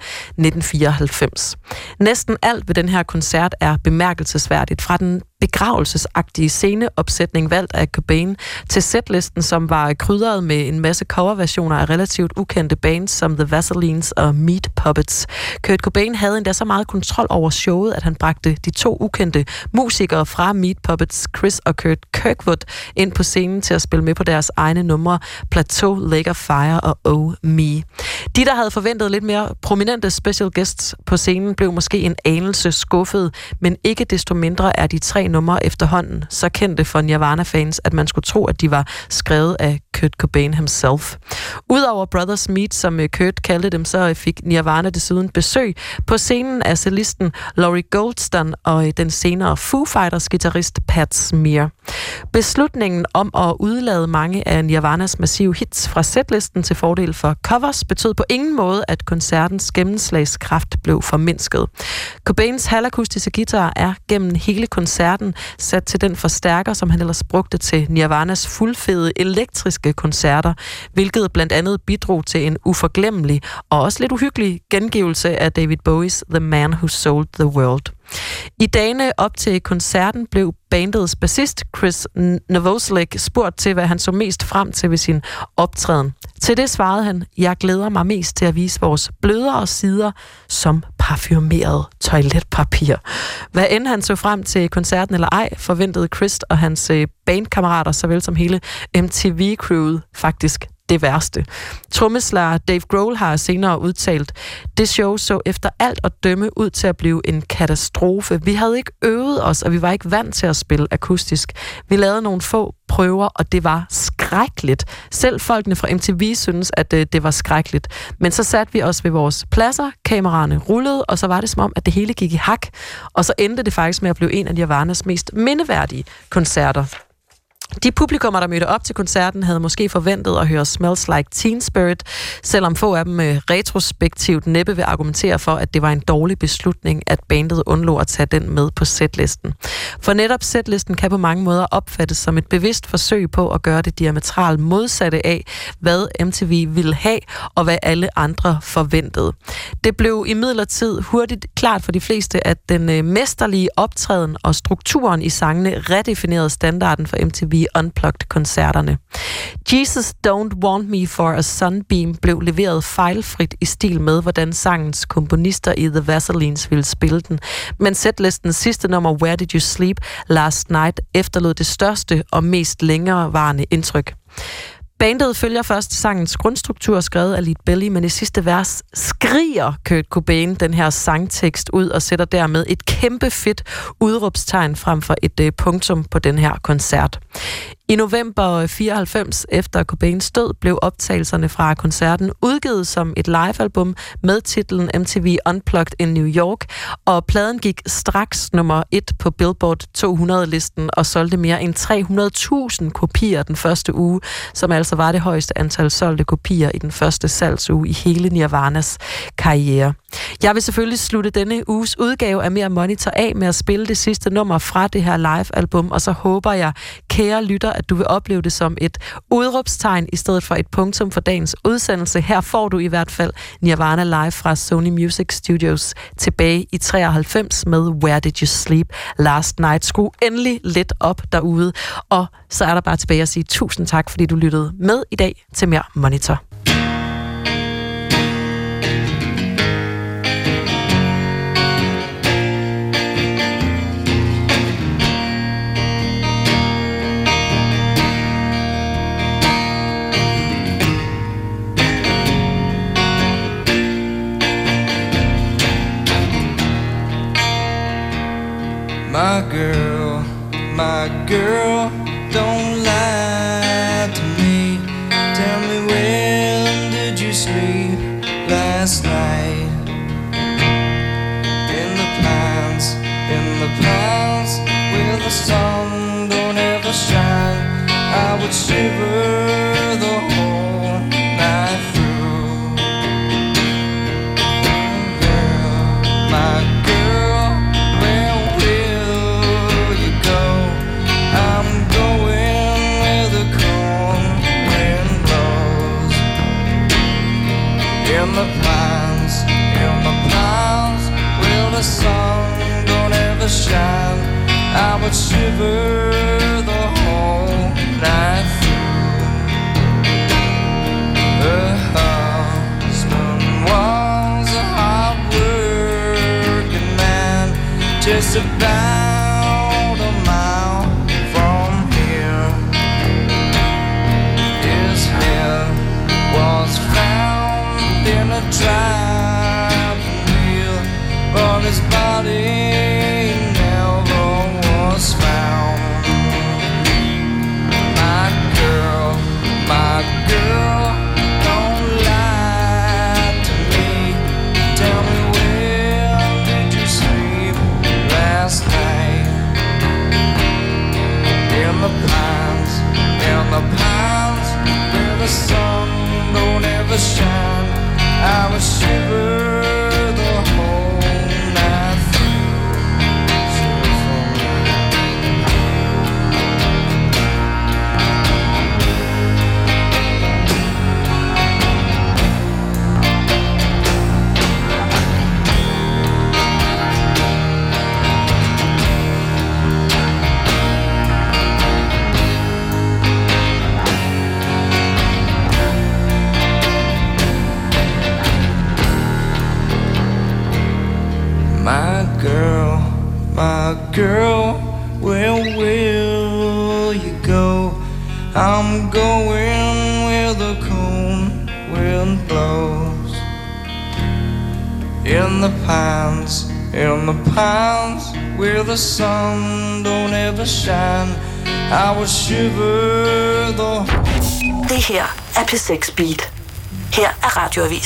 1994. Næsten alt ved den her koncert er bemærkelsesværdigt. Fra den begravelsesagtige sceneopsætning valgt af Cobain til setlisten, som var krydret med en masse coverversioner af relativt ukendte bands som The Vaselines og Meat Puppets. Kurt Cobain havde endda så meget kontrol over showet, at han bragte de to ukendte musikere fra Meat Puppets, Chris og Kurt Kirkwood, ind på scenen til at spille med på deres egne numre Plateau, Lake of Fire og Oh Me. De, der havde forventet lidt mere prominente special guests på scenen, blev måske en anelse skuffet, men ikke desto mindre er de tre numre efterhånden så kendte for Nirvana-fans, at man skulle tro, at de var skrevet af Kurt Cobain himself. Udover Brothers Meat, som Kurt kaldte dem, så fik Nirvana desuden besøg på scenen af cellisten Laurie Goldstein og den senere Foo Fighters guitarist Pat Smear. Beslutningen om at udlade mange af Nirvanas massive hits fra setlisten til fordel for covers betød på ingen måde, at koncertens gennemslagskraft blev formindsket. Cobains halvakustiske guitar er gennem hele koncerten sat til den forstærker, som han ellers brugte til Nirvanas fuldfede elektriske koncerter, hvilket blandt andet bidrog til en uforglemmelig og også lidt uhyggelig gengivelse af David Bowies The Man Who Sold the World. I dagene op til koncerten blev bandets bassist Chris Novoselic spurgt til, hvad han så mest frem til ved sin optræden. Til det svarede han: "Jeg glæder mig mest til at vise vores blødere sider som parfumeret toiletpapir." Hvad end han så frem til koncerten eller ej, forventede Chris og hans bandkammerater, såvel som hele MTV-crewet, faktisk det værste. Trommeslager Dave Grohl har senere udtalt: "Det show så efter alt at dømme ud til at blive en katastrofe. Vi havde ikke øvet os, og vi var ikke vant til at spille akustisk. Vi lavede nogle få prøver, og det var skrækkeligt. Selv folkene fra MTV synes, at det var skrækkeligt. Men så satte vi os ved vores pladser, kameraerne rullede, og så var det som om, at det hele gik i hak. Og så endte det faktisk med at blive en af Nirvanas mest mindeværdige koncerter." De publikummer, der mødte op til koncerten, havde måske forventet at høre Smells Like Teen Spirit, selvom få af dem retrospektivt næppe vil argumentere for, at det var en dårlig beslutning, at bandet undlod at tage den med på setlisten. For netop setlisten kan på mange måder opfattes som et bevidst forsøg på at gøre det diametralt modsatte af, hvad MTV ville have, og hvad alle andre forventede. Det blev imidlertid hurtigt klart for de fleste, at den mesterlige optræden og strukturen i sangene redefinerede standarden for MTV Unplugged-koncerterne. Jesus Don't Want Me for a Sunbeam blev leveret fejlfrit i stil med, hvordan sangens komponister i The Vaselines ville spille den, men setlistens sidste nummer, Where Did You Sleep Last Night, efterlod det største og mest længerevarende indtryk. Bandet følger først sangens grundstruktur, skrevet af Lead Belly, men i sidste vers skriger Kurt Cobain den her sangtekst ud og sætter dermed et kæmpe fedt udråbstegn frem for et punktum på den her koncert. I november 94, efter Cobains død, blev optagelserne fra koncerten udgivet som et livealbum med titlen MTV Unplugged in New York, og pladen gik straks nummer 1 på Billboard 200-listen og solgte mere end 300.000 kopier den første uge, som altså var det højeste antal solgte kopier i den første salgsuge i hele Nirvanas karriere. Jeg vil selvfølgelig slutte denne uges udgave af Mere Monitor af med at spille det sidste nummer fra det her livealbum, og så håber jeg, kære lytter, at du vil opleve det som et udråbstegn i stedet for et punktum for dagens udsendelse. Her får du i hvert fald Nirvana live fra Sony Music Studios tilbage i 93 med Where Did You Sleep Last Night. Skru endelig lidt op derude, og så er der bare tilbage at sige tusind tak, fordi du lyttede med i dag til Mere Monitor. My girl, don't lie to me. Tell me, when did you sleep last night? In the pines, where the sun don't ever shine, I would shiver the whole night through. Girl, my girl, where will you go? I'm going where the cold wind blows. In the pines, where the sun don't ever shine, I would shiver the whole night through. Her husband was a hard-working man, just about a mile from here. His head was found in a driving wheel, but his body never was found. My girl, don't lie to me. Tell me, where did you sleep last night? In the pines, where the sun don't ever shine, I would shiver the whole night through. My girl, where will you go? I'm going where the cold wind blows. In the pines, where the sun don't ever shine, I would shiver the... Det her er P6 Beat. Her er Radioavis.